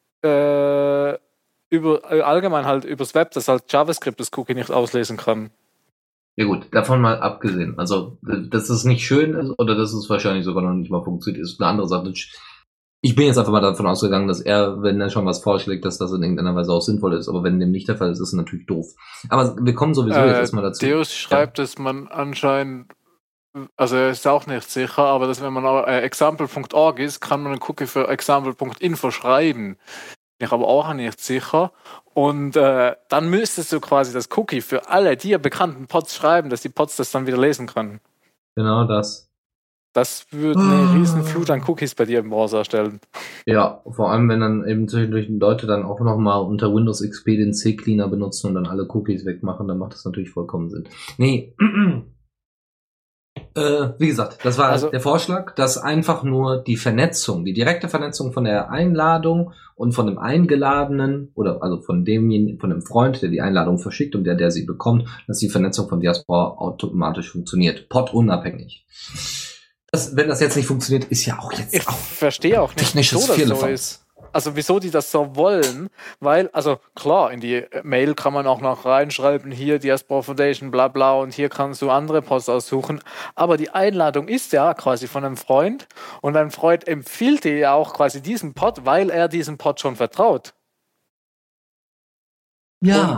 allgemein halt übers Web, dass halt JavaScript das Cookie nicht auslesen kann. Ja gut, davon mal abgesehen. Also, dass es nicht schön ist oder dass es wahrscheinlich sogar noch nicht mal funktioniert, ist eine andere Sache. Ich bin jetzt einfach mal davon ausgegangen, dass er, wenn er schon was vorschlägt, dass das in irgendeiner Weise auch sinnvoll ist. Aber wenn dem nicht der Fall ist, ist es natürlich doof. Aber wir kommen sowieso jetzt erstmal dazu. Deus schreibt, dass man anscheinend, also er ist auch nicht sicher, aber dass wenn man example.org ist, kann man einen Cookie für example.info schreiben. Bin ich aber auch nicht sicher. Und dann müsstest du quasi das Cookie für alle dir bekannten Pods schreiben, dass die Pods das dann wieder lesen können. Genau das. Das würde eine riesen Flut an Cookies bei dir im Browser erstellen. Ja, vor allem, wenn dann eben zwischendurch Leute dann auch nochmal unter Windows XP den C-Cleaner benutzen und dann alle Cookies wegmachen, dann macht das natürlich vollkommen Sinn. Nee, wie gesagt, das war der Vorschlag, dass einfach nur die Vernetzung, die direkte Vernetzung von der Einladung und von dem Eingeladenen oder also von dem Freund, der die Einladung verschickt und der sie bekommt, dass die Vernetzung von Diaspora automatisch funktioniert, podunabhängig. Wenn das jetzt nicht funktioniert, ist ja auch jetzt ich verstehe auch nicht, wieso das so ist. Also wieso die das so wollen, weil, also klar, in die Mail kann man auch noch reinschreiben, hier Diaspora Foundation, bla bla, und hier kannst du andere Posts aussuchen, aber die Einladung ist ja quasi von einem Freund und ein Freund empfiehlt dir ja auch quasi diesen Pod, weil er diesem Pod schon vertraut. Ja,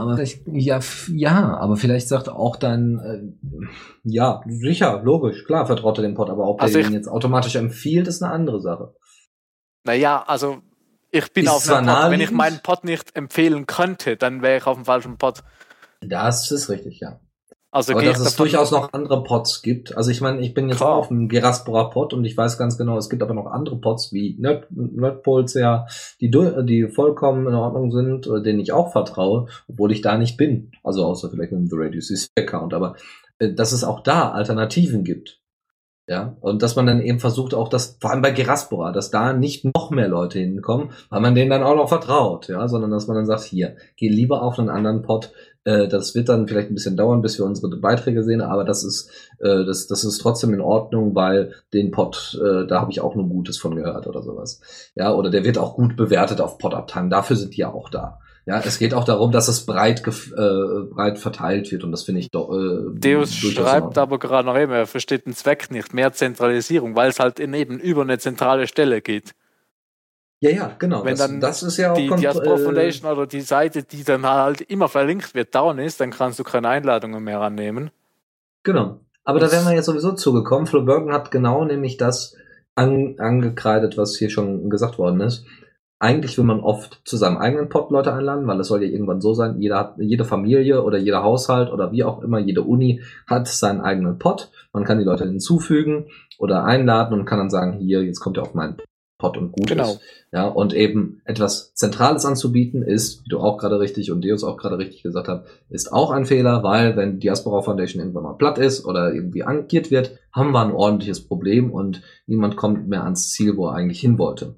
aber vielleicht sagt auch dann, ja, sicher, logisch, klar vertraut er dem Pod, aber ob er ihn jetzt automatisch empfiehlt, ist eine andere Sache. Naja, also ich bin auf einem Pod. Wenn ich meinen Pod nicht empfehlen könnte, dann wäre ich auf dem falschen Pod. Das ist richtig, ja. Also aber dass es durchaus noch andere Pods gibt. Also ich meine, ich bin jetzt auch auf dem Geraspora Pod und ich weiß ganz genau, es gibt aber noch andere Pods wie Nerdpols, ja, die vollkommen in Ordnung sind, denen ich auch vertraue, obwohl ich da nicht bin. Also außer vielleicht mit dem The Radio CC Account. Aber dass es auch da Alternativen gibt. Ja, und dass man dann eben versucht, auch das, vor allem bei Geraspora, dass da nicht noch mehr Leute hinkommen, weil man denen dann auch noch vertraut, ja, sondern dass man dann sagt, hier, geh lieber auf einen anderen Pod, das wird dann vielleicht ein bisschen dauern, bis wir unsere Beiträge sehen, aber das ist trotzdem in Ordnung, weil den Pod, da habe ich auch nur Gutes von gehört oder sowas. Ja, oder der wird auch gut bewertet auf Pod-Uptime, dafür sind die ja auch da. Ja, es geht auch darum, dass es breit verteilt wird und das finde ich doch. Deus schreibt aber gerade noch eben, er versteht den Zweck nicht, mehr Zentralisierung, weil es halt eben über eine zentrale Stelle geht. Ja, genau. Wenn das ist ja auch die Diaspora Foundation oder die Seite, die dann halt immer verlinkt wird, down ist, dann kannst du keine Einladungen mehr annehmen. Genau. Aber da wären wir jetzt sowieso zugekommen. Flo Bergen hat genau nämlich das angekreidet, was hier schon gesagt worden ist. Eigentlich will man oft zu seinem eigenen Pod Leute einladen, weil es soll ja irgendwann so sein, jede Familie oder jeder Haushalt oder wie auch immer, jede Uni hat seinen eigenen Pod. Man kann die Leute hinzufügen oder einladen und kann dann sagen, hier, jetzt kommt ihr auf meinen Pod und gut ist. Ja, und eben etwas Zentrales anzubieten ist, wie du auch gerade richtig und Deus auch gerade richtig gesagt hast, ist auch ein Fehler, weil wenn Diaspora Foundation irgendwann mal platt ist oder irgendwie angiert wird, haben wir ein ordentliches Problem und niemand kommt mehr ans Ziel, wo er eigentlich hin wollte.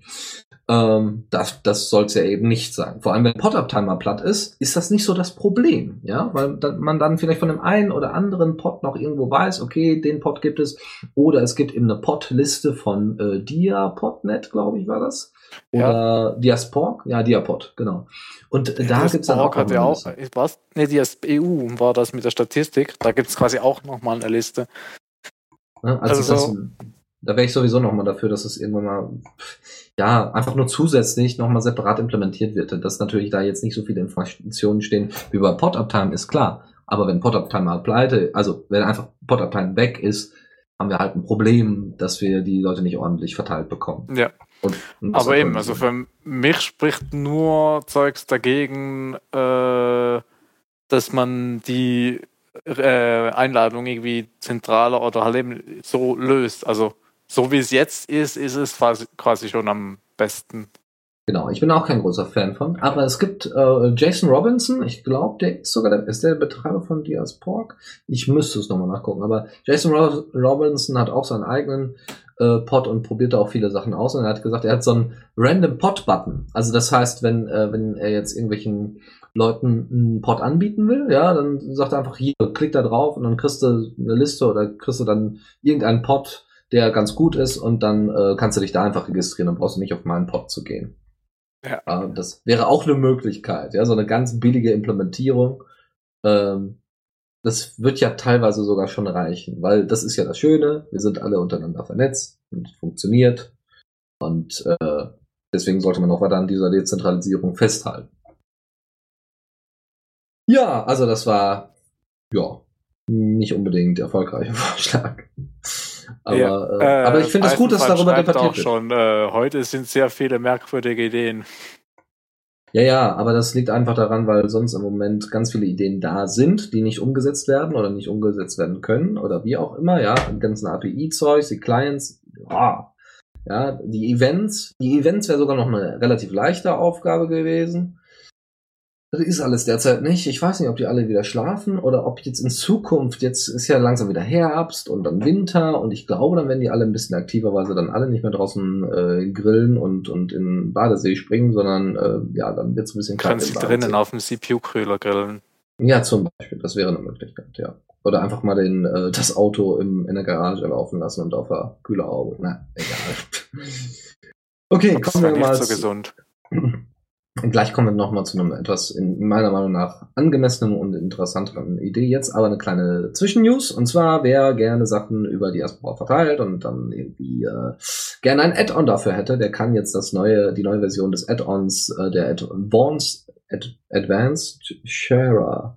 Das soll es ja eben nicht sein. Vor allem, wenn Pod-Uptime mal platt ist das nicht so das Problem, ja, weil man dann vielleicht von dem einen oder anderen Pod noch irgendwo weiß, okay, den Pod gibt es, oder es gibt eben eine Pod-Liste von Diapod.net, glaube ich, war das. Oder Diasporg? Ja, Diapod, genau. Und da gibt's dann auch was? Ne, DiasPU war das mit der Statistik. Da gibt's quasi auch nochmal eine Liste. Ja, da wäre ich sowieso nochmal dafür, dass es irgendwann mal einfach nur zusätzlich nochmal separat implementiert wird. Dass natürlich da jetzt nicht so viele Informationen stehen wie bei Pod-Uptime, ist klar. Aber wenn Pod-Uptime mal pleite, also wenn einfach Pod-Uptime weg ist, haben wir halt ein Problem, dass wir die Leute nicht ordentlich verteilt bekommen. Ja. Aber eben, also für mich spricht nur Zeugs dagegen, dass man die Einladung irgendwie zentraler oder halt eben so löst. Also so wie es jetzt ist es quasi schon am besten. Genau, ich bin auch kein großer Fan von, aber es gibt Jason Robinson, ich glaube, der ist sogar der Betreiber von Diasporg. Ich müsste es nochmal nachgucken, aber Jason Robinson hat auch seinen eigenen Pod und probiert da auch viele Sachen aus. Und er hat gesagt, er hat so einen Random Pod-Button. Also das heißt, wenn er jetzt irgendwelchen Leuten einen Pod anbieten will, ja, dann sagt er einfach hier, klick da drauf und dann kriegst du eine Liste oder kriegst du dann irgendeinen Pod, der ganz gut ist und dann kannst du dich da einfach registrieren, dann brauchst du nicht auf meinen Pod zu gehen. Ja. Das wäre auch eine Möglichkeit, ja, so eine ganz billige Implementierung. Das wird ja teilweise sogar schon reichen, weil das ist ja das Schöne, wir sind alle untereinander vernetzt und funktioniert und deswegen sollte man auch weiter an dieser Dezentralisierung festhalten. Ja, also das war nicht unbedingt erfolgreicher Vorschlag. Aber ich finde es gut, dass darüber debattiert wird. Schon, heute sind sehr viele merkwürdige Ideen. Ja, aber das liegt einfach daran, weil sonst im Moment ganz viele Ideen da sind, die nicht umgesetzt werden oder nicht umgesetzt werden können oder wie auch immer, ja, die ganzen API-Zeugs, die Clients, ja, die Events wäre sogar noch eine relativ leichte Aufgabe gewesen. Das ist alles derzeit nicht. Ich weiß nicht, ob die alle wieder schlafen oder ob jetzt in Zukunft, jetzt ist ja langsam wieder Herbst und dann Winter und ich glaube, dann werden die alle ein bisschen aktiver, weil sie dann alle nicht mehr draußen grillen und in den Badesee springen, sondern dann wird es ein bisschen kalt. Kannst du drinnen auf dem CPU-Kühler grillen. Ja, zum Beispiel. Das wäre eine Möglichkeit, ja. Oder einfach mal das Auto in der Garage laufen lassen und auf der Kühlerhaube. Na, egal. Okay, kommen wir mal. Nicht so gesund. Gleich kommen wir nochmal zu einem etwas in meiner Meinung nach angemessenen und interessanteren Idee. Jetzt aber eine kleine Zwischennews. Und zwar, wer gerne Sachen über Diaspora verteilt und dann irgendwie gerne ein Add-on dafür hätte, der kann jetzt die neue Version des Add-ons der Advanced Sharer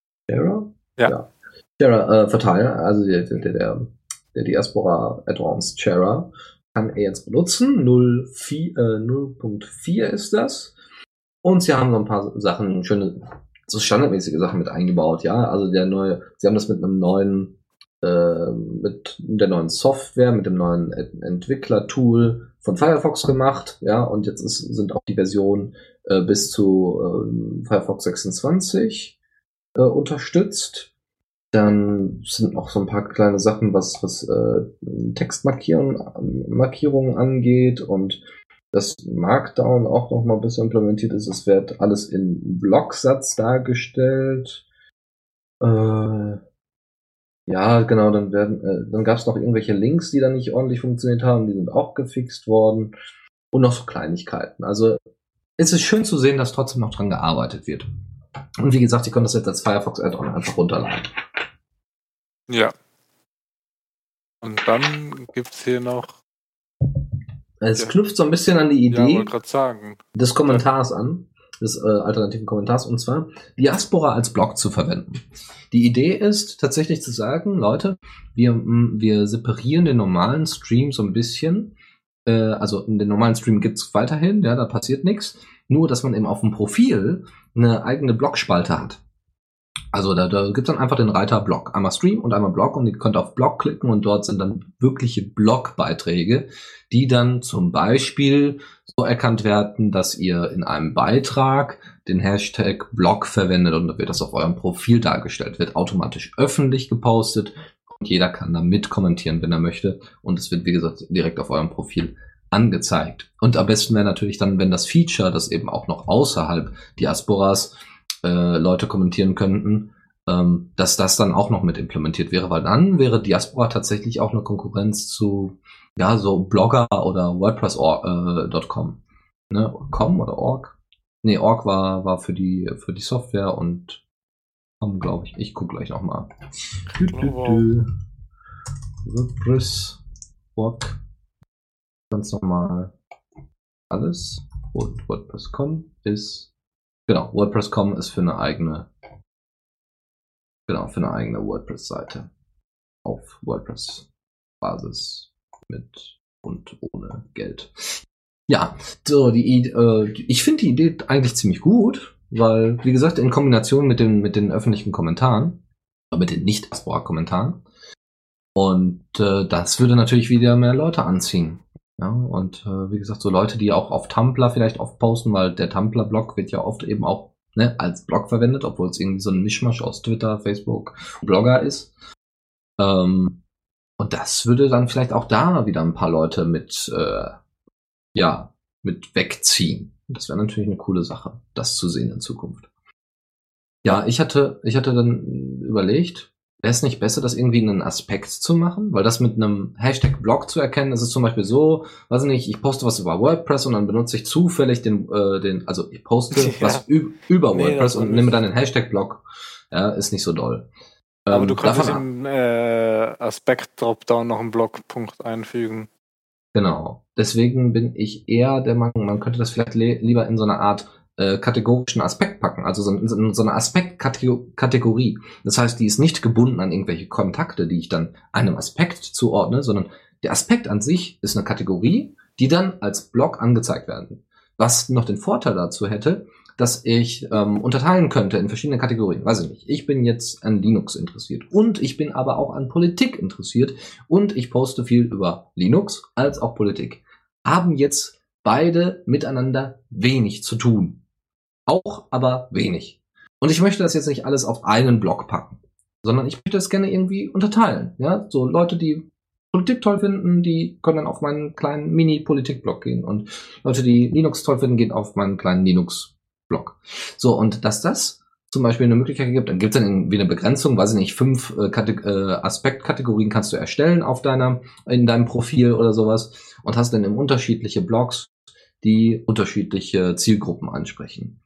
verteilen. Also der Diaspora Advanced Sharer kann er jetzt benutzen. 0.4 ist das. Und sie haben so ein paar Sachen, schöne, so standardmäßige Sachen mit eingebaut, ja. Also sie haben das mit der neuen Software, mit dem neuen Entwicklertool von Firefox gemacht, ja. Und jetzt sind auch die Versionen bis zu Firefox 26 unterstützt. Dann sind noch so ein paar kleine Sachen, was Textmarkierungen angeht und das Markdown auch noch mal ein bisschen implementiert ist. Es wird alles in Blocksatz dargestellt. Ja, genau, dann gab es noch irgendwelche Links, die dann nicht ordentlich funktioniert haben. Die sind auch gefixt worden. Und noch so Kleinigkeiten. Also es ist schön zu sehen, dass trotzdem noch dran gearbeitet wird. Und wie gesagt, ich konnte das jetzt als Firefox Add-on einfach runterladen. Ja. Und dann gibt's hier noch es knüpft so ein bisschen an die Idee des Kommentars an, des alternativen Kommentars, und zwar Diaspora als Blog zu verwenden. Die Idee ist tatsächlich zu sagen, Leute, wir separieren den normalen Stream so ein bisschen, also den normalen Stream gibt's weiterhin, ja, da passiert nichts, nur dass man eben auf dem Profil eine eigene Blogspalte hat. Also da gibt's dann einfach den Reiter Blog. Einmal Stream und einmal Blog und ihr könnt auf Blog klicken und dort sind dann wirkliche Blogbeiträge, die dann zum Beispiel so erkannt werden, dass ihr in einem Beitrag den Hashtag Blog verwendet und dann wird das auf eurem Profil dargestellt, wird automatisch öffentlich gepostet und jeder kann da mit kommentieren, wenn er möchte und es wird, wie gesagt, direkt auf eurem Profil angezeigt. Und am besten wäre natürlich dann, wenn das Feature, das eben auch noch außerhalb Diasporas Leute kommentieren könnten, dass das dann auch noch mit implementiert wäre, weil dann wäre Diaspora tatsächlich auch eine Konkurrenz zu so Blogger oder WordPress.com. Ne? Com oder Org? Nee, Org war für die Software und Com, glaube ich. Ich gucke gleich nochmal. WordPress, Org, ganz normal alles. Und WordPress.com ist WordPress.com ist für eine eigene WordPress-Seite auf WordPress-Basis mit und ohne Geld. Ja, so ich finde die Idee eigentlich ziemlich gut, weil, wie gesagt, in Kombination mit den öffentlichen Kommentaren, mit den Nicht-Diaspora-Kommentaren, und das würde natürlich wieder mehr Leute anziehen. Ja, und wie gesagt, so Leute, die auch auf Tumblr vielleicht oft posten, weil der Tumblr-Blog wird ja oft eben auch als Blog verwendet, obwohl es irgendwie so ein Mischmasch aus Twitter, Facebook und Blogger ist. Und das würde dann vielleicht auch da wieder ein paar Leute mit wegziehen. Das wäre natürlich eine coole Sache, das zu sehen in Zukunft. Ja, ich hatte dann überlegt, wäre es nicht besser, das irgendwie in einen Aspekt zu machen? Weil das mit einem Hashtag-Blog zu erkennen, das ist zum Beispiel so, weiß ich nicht, ich poste was über WordPress und dann benutze ich zufällig also ich poste was über WordPress und nehme dann den Hashtag-Blog. Ja, ist nicht so doll. Aber du kannst im Aspekt-Dropdown noch einen Blogpunkt einfügen. Genau. Deswegen bin ich eher der Meinung, man könnte das vielleicht lieber in so eine Art kategorischen Aspekt packen, also in so eine Aspektkategorie. Das heißt, die ist nicht gebunden an irgendwelche Kontakte, die ich dann einem Aspekt zuordne, sondern der Aspekt an sich ist eine Kategorie, die dann als Blog angezeigt werden. Was noch den Vorteil dazu hätte, dass ich unterteilen könnte in verschiedene Kategorien. Weiß ich nicht. Ich bin jetzt an Linux interessiert und ich bin aber auch an Politik interessiert und ich poste viel über Linux als auch Politik. Haben jetzt beide miteinander wenig zu tun. Auch, aber wenig. Und ich möchte das jetzt nicht alles auf einen Blog packen, sondern ich möchte das gerne irgendwie unterteilen. Ja, so Leute, die Politik toll finden, die können dann auf meinen kleinen Mini-Politik-Blog gehen und Leute, die Linux toll finden, gehen auf meinen kleinen Linux-Blog. So, und dass das zum Beispiel eine Möglichkeit gibt, dann gibt es dann irgendwie eine Begrenzung, weiß ich nicht, 5 Aspektkategorien kannst du erstellen in deinem Profil oder sowas und hast dann eben unterschiedliche Blogs, die unterschiedliche Zielgruppen ansprechen.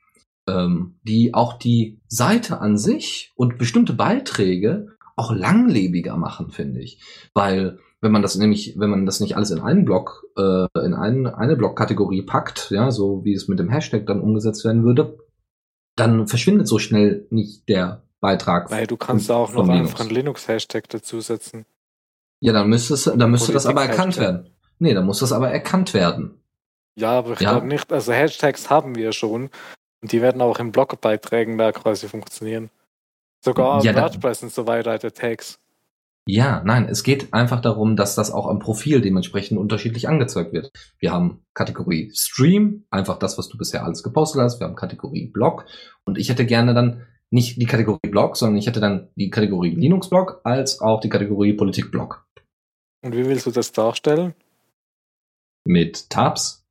Die auch die Seite an sich und bestimmte Beiträge auch langlebiger machen, finde ich. Weil wenn man das nicht alles in einen Blog, in eine Blogkategorie packt, ja, so wie es mit dem Hashtag dann umgesetzt werden würde, dann verschwindet so schnell nicht der Beitrag. Weil du kannst auch noch einfach einen Linux-Hashtag dazusetzen. Ja, dann müsste das aber erkannt werden. Nee, dann muss das aber erkannt werden. Ja, aber ich glaube nicht, also Hashtags haben wir schon. Und die werden auch in Blogbeiträgen da quasi funktionieren. Sogar WordPress und so weiter hat Tags. Ja, nein, es geht einfach darum, dass das auch am Profil dementsprechend unterschiedlich angezeigt wird. Wir haben Kategorie Stream, einfach das, was du bisher alles gepostet hast. Wir haben Kategorie Blog. Und ich hätte gerne dann nicht die Kategorie Blog, sondern ich hätte dann die Kategorie Linux-Blog als auch die Kategorie Politik-Blog. Und wie willst du das darstellen? Mit Tabs.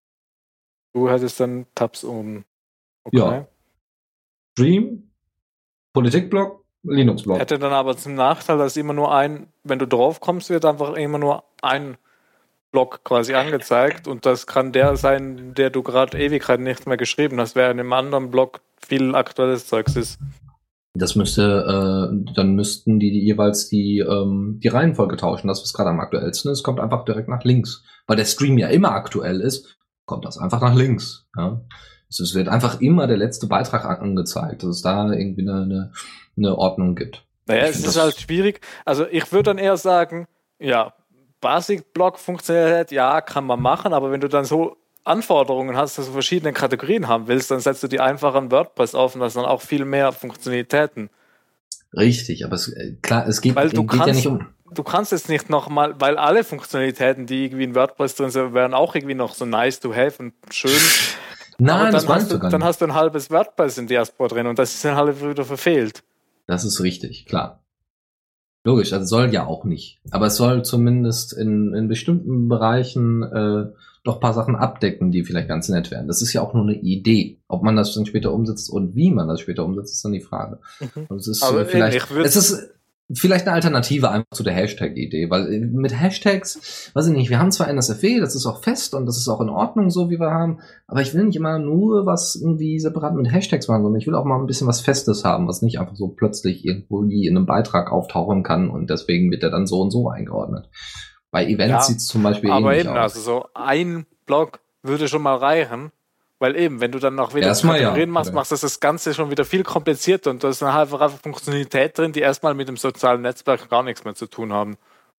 Du hättest dann Tabs oben. Okay. Ja. Stream, Politikblog, Linux-Blog. Hätte dann aber zum Nachteil, dass immer nur wenn du drauf kommst, wird einfach immer nur ein Blog quasi angezeigt und das kann der sein, der du gerade Ewigkeiten nicht mehr geschrieben hast, während im anderen Blog viel aktuelles Zeugs ist. Das dann müssten die jeweils die Reihenfolge tauschen, das was gerade am aktuellsten ist, kommt einfach direkt nach links. Weil der Stream ja immer aktuell ist, kommt das einfach nach links. Ja. Es wird einfach immer der letzte Beitrag angezeigt, dass es da irgendwie eine Ordnung gibt. Naja, es ist halt schwierig. Also ich würde dann eher sagen, ja, Basic-Blog funktioniert, ja, kann man machen, aber wenn du dann so Anforderungen hast, dass du verschiedene Kategorien haben willst, dann setzt du die einfach an WordPress auf und hast dann auch viel mehr Funktionalitäten. Richtig, aber es geht ja nicht um... Du kannst jetzt nicht nochmal, weil alle Funktionalitäten, die irgendwie in WordPress drin sind, wären auch irgendwie noch so nice to have und schön. Nein, das meinst du gar nicht. Dann hast du ein halbes WordPress in Diaspora drin und das ist dann halt wieder verfehlt. Das ist richtig, klar. Logisch, also soll ja auch nicht. Aber es soll zumindest in bestimmten Bereichen doch ein paar Sachen abdecken, die vielleicht ganz nett wären. Das ist ja auch nur eine Idee. Ob man das dann später umsetzt und wie man das später umsetzt, ist dann die Frage. Und es ist vielleicht eine Alternative einfach zu der Hashtag-Idee, weil mit Hashtags, weiß ich nicht, wir haben zwar NSFW, das ist auch fest und das ist auch in Ordnung so, wie wir haben, aber ich will nicht immer nur was irgendwie separat mit Hashtags machen, sondern ich will auch mal ein bisschen was Festes haben, was nicht einfach so plötzlich irgendwo in einem Beitrag auftauchen kann und deswegen wird er dann so und so eingeordnet. Bei Events sieht es zum Beispiel ähnlich aus. Also so ein Blog würde schon mal reichen. Weil eben, wenn du dann noch wieder Kategorien machst, machst das Ganze schon wieder viel komplizierter und da ist dann einfach Funktionalität drin, die erstmal mit dem sozialen Netzwerk gar nichts mehr zu tun haben.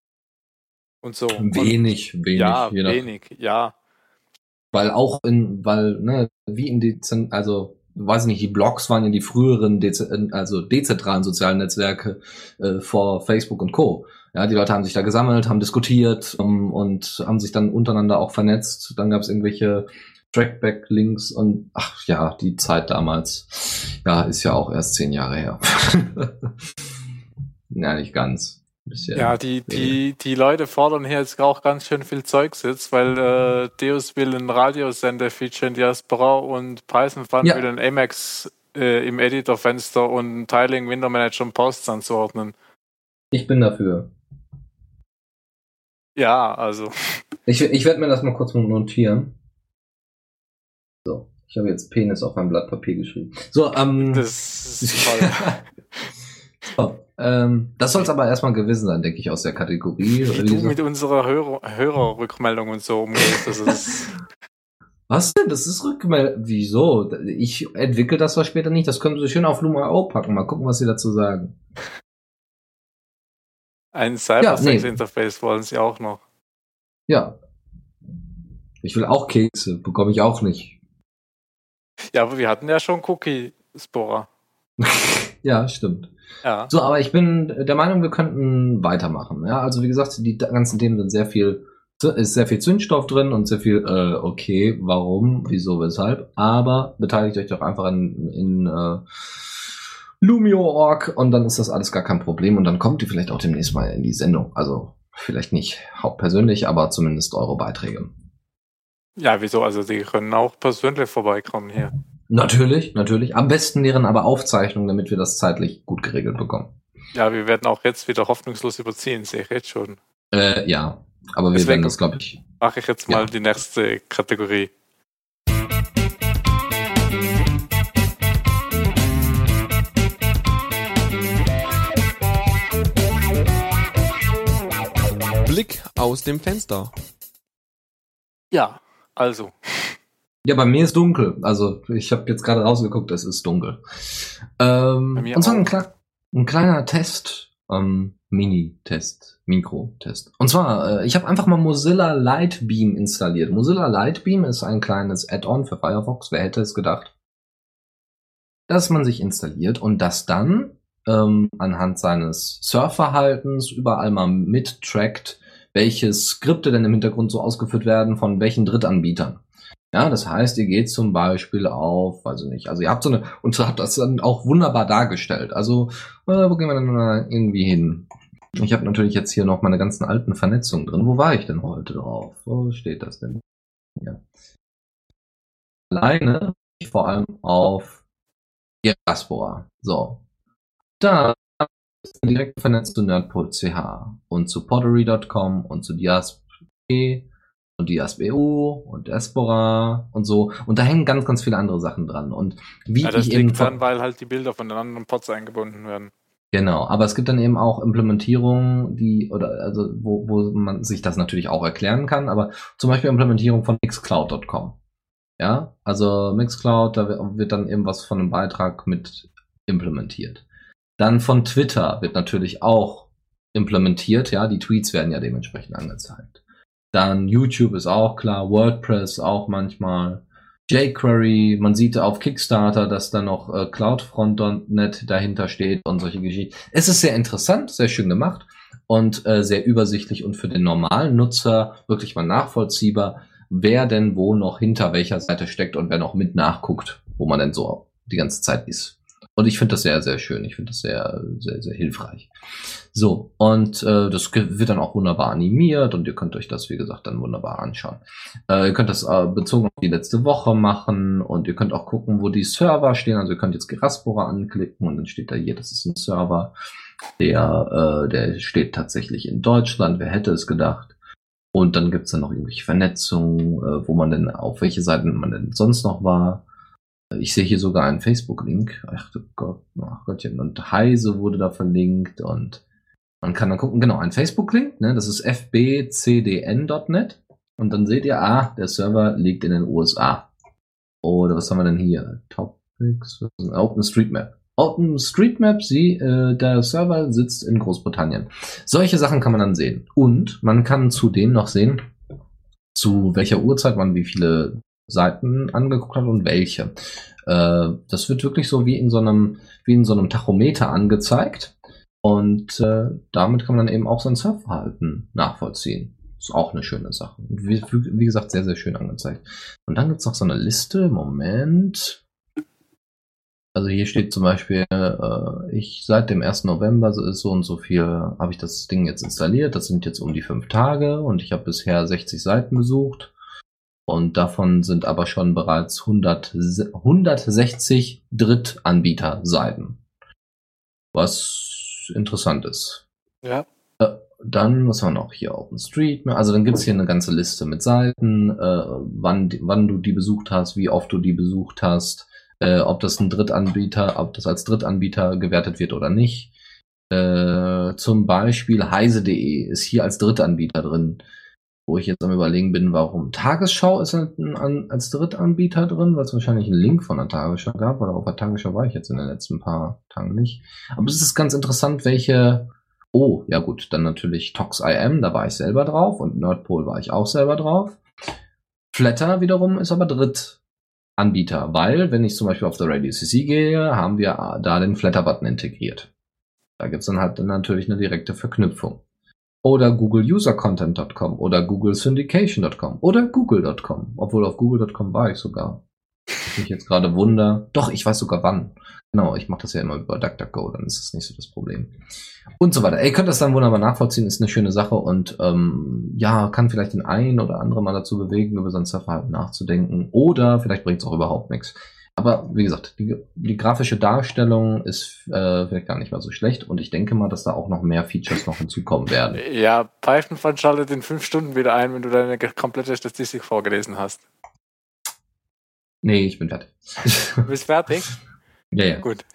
Und so. Wenig. Ja, ja. Weil wie in also, weiß ich nicht, die Blogs waren ja die früheren, dezentralen sozialen Netzwerke vor Facebook und Co. Ja, die Leute haben sich da gesammelt, haben diskutiert und haben sich dann untereinander auch vernetzt. Dann gab es irgendwelche Trackback-Links und die Zeit damals, ist ja auch erst 10 Jahre her. Ja, nicht ganz. Bisschen, Ja, die Leute fordern hier jetzt auch ganz schön viel Zeugs jetzt, weil Deus will einen Radiosender featuren Diaspora und Python Fun will einen Emacs im Editorfenster und Tiling, Window Manager und Posts anzuordnen. Ich bin dafür. Ja, also. Ich werde mir das mal kurz notieren. So, ich habe jetzt Penis auf ein Blatt Papier geschrieben. So, das ist toll. So, das soll es aber erstmal gewesen sein, denke ich, aus der Kategorie. Wie du mit unserer Hörerrückmeldung und so umgehst. Das ist Was denn? Das ist Rückmeldung. Wieso? Ich entwickle das was später nicht. Das können Sie schön auf Luma.io packen. Mal gucken, was Sie dazu sagen. Ein Cybersex-Interface wollen sie auch noch. Ja. Ich will auch Kekse. Bekomme ich auch nicht. Ja, aber wir hatten ja schon Cookie-Spora. Ja, stimmt. Ja. So, aber ich bin der Meinung, wir könnten weitermachen. Ja, also wie gesagt, die ganzen Themen sind ist sehr viel Zündstoff drin und sehr viel, okay, warum, wieso, weshalb. Aber beteiligt euch doch einfach in Lumio.org und dann ist das alles gar kein Problem und dann kommt ihr vielleicht auch demnächst mal in die Sendung. Also vielleicht nicht hauptpersönlich, aber zumindest eure Beiträge. Ja, wieso? Also die können auch persönlich vorbeikommen hier. Natürlich. Am besten wären aber Aufzeichnungen, damit wir das zeitlich gut geregelt bekommen. Ja, wir werden auch jetzt wieder hoffnungslos überziehen, sehe ich jetzt schon. Ja, aber wir werden das, glaube ich... Mache ich jetzt mal die nächste Kategorie. Blick aus dem Fenster. Ja, also. Ja, bei mir ist dunkel. Also ich habe jetzt gerade rausgeguckt, es ist dunkel. Und zwar ein kleiner Test, Mini-Test, Mikro-Test. Und zwar, ich habe einfach mal Mozilla Lightbeam installiert. Mozilla Lightbeam ist ein kleines Add-on für Firefox. Wer hätte es gedacht? Dass man sich installiert und das dann anhand seines Surfverhaltens überall mal mittrackt, welche Skripte denn im Hintergrund so ausgeführt werden von welchen Drittanbietern. Ja, das heißt, ihr geht zum Beispiel auf, weiß ich nicht, also ihr habt und habt das dann auch wunderbar dargestellt. Also, wo gehen wir denn irgendwie hin? Ich habe natürlich jetzt hier noch meine ganzen alten Vernetzungen drin. Wo war ich denn heute drauf? Wo steht das denn? Ja. Alleine, vor allem auf Diaspora. So. Da ist direkt vernetzt zu nerdpol.ch und zu pottery.com und zu Diasp.de und Diasp.eu und Diaspora und so. Und da hängen ganz, ganz viele andere Sachen dran. Und wie ja, das ich liegt dann, weil halt die Bilder von den anderen Pods eingebunden werden. Genau, aber es gibt dann eben auch Implementierungen, wo man sich das natürlich auch erklären kann, aber zum Beispiel Implementierung von Mixcloud.com. Ja, also Mixcloud, da wird dann eben was von einem Beitrag mit implementiert. Dann von Twitter wird natürlich auch implementiert, ja, die Tweets werden ja dementsprechend angezeigt. Dann YouTube ist auch klar, WordPress auch manchmal, jQuery, man sieht auf Kickstarter, dass da noch CloudFront.net dahinter steht und solche Geschichten. Es ist sehr interessant, sehr schön gemacht und sehr übersichtlich und für den normalen Nutzer wirklich mal nachvollziehbar, wer denn wo noch hinter welcher Seite steckt und wer noch mit nachguckt, wo man denn so die ganze Zeit ist. Und ich finde das sehr, sehr schön. Ich finde das sehr, sehr, sehr hilfreich. So, und das wird dann auch wunderbar animiert und ihr könnt euch das, wie gesagt, dann wunderbar anschauen. Ihr könnt das bezogen auf die letzte Woche machen und ihr könnt auch gucken, wo die Server stehen. Also ihr könnt jetzt Geraspora anklicken und dann steht da hier, das ist ein Server, der steht tatsächlich in Deutschland. Wer hätte es gedacht? Und dann gibt's dann noch irgendwelche Vernetzungen, wo man denn, auf welche Seiten man denn sonst noch war. Ich sehe hier sogar einen Facebook-Link. Ach Gottchen. Und Heise wurde da verlinkt und man kann dann gucken, genau, ein Facebook-Link, ne, das ist fbcdn.net und dann seht ihr, der Server liegt in den USA. Oder was haben wir denn hier? Topics, OpenStreetMap. OpenStreetMap, der Server sitzt in Großbritannien. Solche Sachen kann man dann sehen. Und man kann zudem noch sehen, zu welcher Uhrzeit man wie viele Seiten angeguckt hat und welche. Das wird wirklich so wie in so einem Tachometer angezeigt. Und damit kann man dann eben auch sein Surfverhalten nachvollziehen. Ist auch eine schöne Sache. Und wie gesagt, sehr, sehr schön angezeigt. Und dann gibt's noch so eine Liste. Moment. Also hier steht zum Beispiel, ich seit dem 1. November ist so und so viel, habe ich das Ding jetzt installiert. Das sind jetzt um die 5 Tage und ich habe bisher 60 Seiten besucht. Und davon sind aber schon bereits 160 Drittanbieter-Seiten. Was interessant ist. Ja. Dann, was haben wir noch hier? OpenStreetMap. Also dann gibt's hier eine ganze Liste mit Seiten, wann du die besucht hast, wie oft du die besucht hast, ob das als Drittanbieter gewertet wird oder nicht. Zum Beispiel heise.de ist hier als Drittanbieter drin. Wo ich jetzt am Überlegen bin, warum. Tagesschau ist als Drittanbieter drin, weil es wahrscheinlich einen Link von der Tagesschau gab, oder auf der Tagesschau war ich jetzt in den letzten paar Tagen nicht. Aber es ist ganz interessant, welche. Oh, ja gut, dann natürlich ToxIM, da war ich selber drauf, und Nerdpol war ich auch selber drauf. Flatter wiederum ist aber Drittanbieter, weil, wenn ich zum Beispiel auf der Radio CC gehe, haben wir da den Flatter-Button integriert. Da gibt's dann halt natürlich eine direkte Verknüpfung. Oder GoogleUserContent.com oder GoogleSyndication.com oder Google.com. Obwohl auf Google.com war ich sogar. Ich mich jetzt gerade wundere. Doch, ich weiß sogar wann. Genau, ich mache das ja immer über DuckDuckGo, dann ist das nicht so das Problem. Und so weiter. Ihr könnt das dann wunderbar nachvollziehen, ist eine schöne Sache und ja, kann vielleicht den einen oder anderen mal dazu bewegen, über sein Surfverhalten nachzudenken. Oder vielleicht bringt es auch überhaupt nichts. Aber wie gesagt, die grafische Darstellung ist vielleicht gar nicht mal so schlecht und ich denke mal, dass da auch noch mehr Features noch hinzukommen werden. Ja, Python schaltet in 5 Stunden wieder ein, wenn du deine komplette Statistik vorgelesen hast. Nee, ich bin fertig. Du bist fertig? Ja. Gut.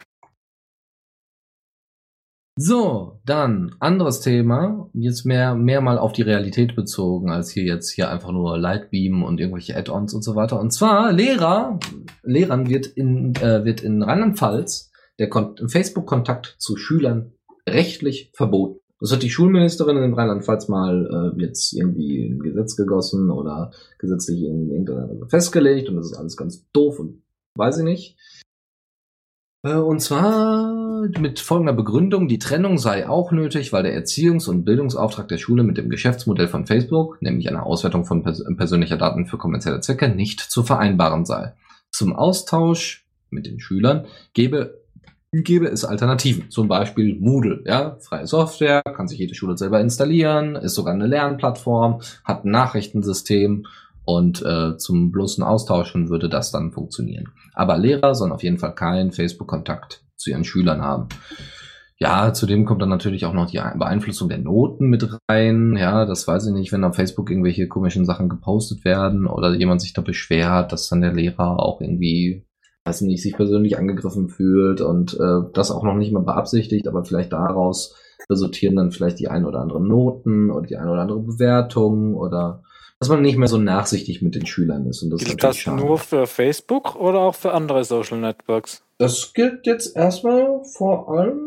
So, dann anderes Thema, jetzt mehr mal auf die Realität bezogen, als hier einfach nur Lightbeam und irgendwelche Add-ons und so weiter. Und zwar Lehrern wird in Rheinland-Pfalz der Facebook-Kontakt zu Schülern rechtlich verboten. Das hat die Schulministerin in Rheinland-Pfalz mal jetzt irgendwie in Gesetz gegossen oder gesetzlich in irgendeiner Weise festgelegt und das ist alles ganz doof und weiß ich nicht. Und zwar mit folgender Begründung, die Trennung sei auch nötig, weil der Erziehungs- und Bildungsauftrag der Schule mit dem Geschäftsmodell von Facebook, nämlich einer Auswertung von persönlicher Daten für kommerzielle Zwecke, nicht zu vereinbaren sei. Zum Austausch mit den Schülern gäbe es Alternativen, zum Beispiel Moodle, ja, freie Software, kann sich jede Schule selber installieren, ist sogar eine Lernplattform, hat ein Nachrichtensystem und zum bloßen Austauschen würde das dann funktionieren. Aber Lehrer sollen auf jeden Fall keinen Facebook-Kontakt zu ihren Schülern haben. Ja, zudem kommt dann natürlich auch noch die Beeinflussung der Noten mit rein. Ja, das weiß ich nicht, wenn auf Facebook irgendwelche komischen Sachen gepostet werden oder jemand sich da beschwert, dass dann der Lehrer auch irgendwie, weiß ich nicht, sich persönlich angegriffen fühlt und das auch noch nicht mal beabsichtigt, aber vielleicht daraus resultieren dann vielleicht die ein oder anderen Noten oder die ein oder andere Bewertung oder dass man nicht mehr so nachsichtig mit den Schülern ist. Und das gilt das nur für Facebook oder auch für andere Social Networks? Das gilt jetzt erstmal vor allem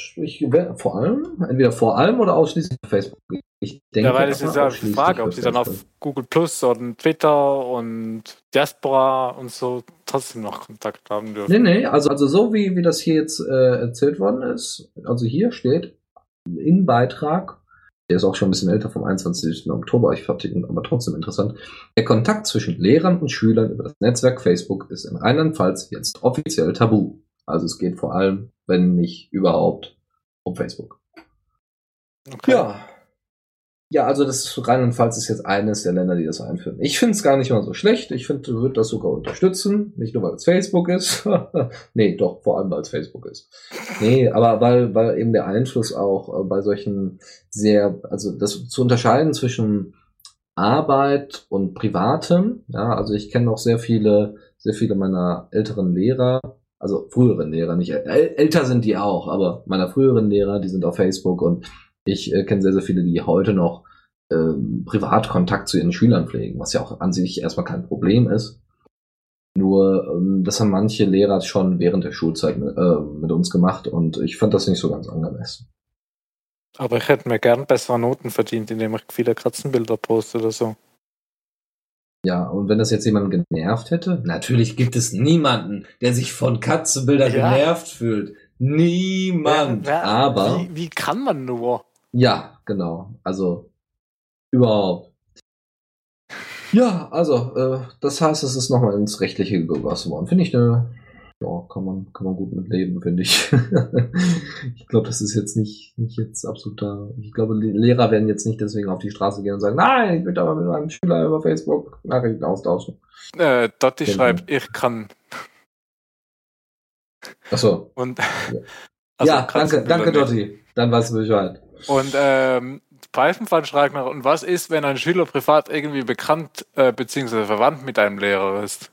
oder ausschließlich für Facebook. Ich denke, ja, weil es ist ja die Frage, ob sie dann auf Google Plus und Twitter und Diaspora und so trotzdem noch Kontakt haben dürfen. Nee, also so wie das hier jetzt erzählt worden ist, also hier steht im Beitrag, der ist auch schon ein bisschen älter, vom 21. Oktober, aber trotzdem interessant. Der Kontakt zwischen Lehrern und Schülern über das Netzwerk Facebook ist in Rheinland-Pfalz jetzt offiziell tabu. Also es geht vor allem, wenn nicht überhaupt, um Facebook. Okay. Ja, also das Rheinland-Pfalz ist jetzt eines der Länder, die das einführen. Ich finde es gar nicht mal so schlecht. Ich finde, du würdest das sogar unterstützen. Nicht nur, weil es Facebook ist. Nee, doch, vor allem, weil es Facebook ist. Nee, aber weil eben der Einfluss auch bei solchen also das zu unterscheiden zwischen Arbeit und Privatem. Ja, also ich kenne auch sehr viele meiner älteren Lehrer, also früheren Lehrer, nicht älter sind die auch, aber meiner früheren Lehrer, die sind auf Facebook und ich kenne sehr, sehr viele, die heute noch Privatkontakt zu ihren Schülern pflegen, was ja auch an sich erstmal kein Problem ist. Nur, das haben manche Lehrer schon während der Schulzeit mit uns gemacht und ich fand das nicht so ganz angemessen. Aber ich hätte mir gern bessere Noten verdient, indem ich viele Katzenbilder poste oder so. Ja, und wenn das jetzt jemanden genervt hätte? Natürlich gibt es niemanden, der sich von Katzenbildern genervt fühlt. Niemand. Aber wie kann man nur? Ja, genau. Also überhaupt. Ja, also das heißt, es ist nochmal ins Rechtliche gegossen worden. Finde ich eine Ja, kann man gut mit leben, finde ich. Ich glaube, das ist jetzt nicht jetzt absoluter. Ich glaube, die Lehrer werden jetzt nicht deswegen auf die Straße gehen und sagen, nein, ich will aber mit meinem Schüler über Facebook Nachrichten austauschen. Dotti schreibt, ich kann. Achso. Und also ja, danke Dotti. Dann weißt du Bescheid. Und Pfeifenpfand schreibt noch, und was ist, wenn ein Schüler privat irgendwie bekannt bzw. verwandt mit einem Lehrer ist?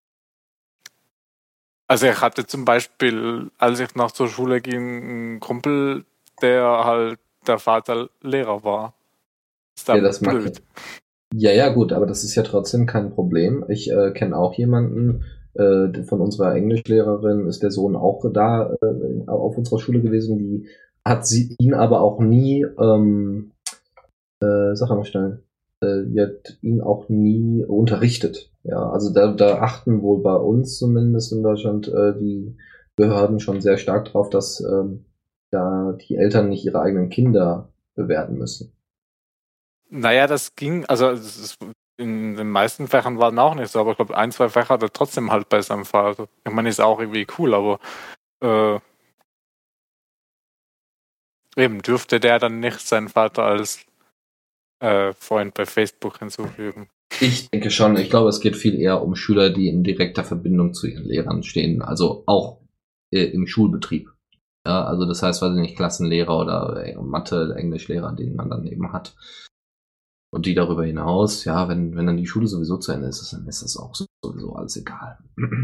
Also ich hatte zum Beispiel, als ich noch zur Schule ging, einen Kumpel, der halt der Vater Lehrer war. Ist ja, das blöd. Ja, gut, aber das ist ja trotzdem kein Problem. Ich kenne auch jemanden, von unserer Englischlehrerin ist der Sohn auch da auf unserer Schule gewesen, die hat ihn aber auch nie, sag mal schnell, die hat ihn auch nie unterrichtet. Ja, also da achten wohl bei uns zumindest in Deutschland die Behörden schon sehr stark drauf, dass da die Eltern nicht ihre eigenen Kinder bewerten müssen. Naja, das ging, also in den meisten Fächern war es auch nicht so, aber ich glaube, 1, 2 Fächer hat er trotzdem halt bei seinem Vater. Ich meine, ist auch irgendwie cool, aber eben dürfte der dann nicht seinen Vater als Freund bei Facebook hinzufügen. Ich denke schon. Ich glaube, es geht viel eher um Schüler, die in direkter Verbindung zu ihren Lehrern stehen. Also auch im Schulbetrieb. Ja, also das heißt, weiß ich nicht, Klassenlehrer oder Mathe, Englischlehrer, den man dann eben hat. Und die darüber hinaus, ja, wenn dann die Schule sowieso zu Ende ist, dann ist das auch sowieso alles egal.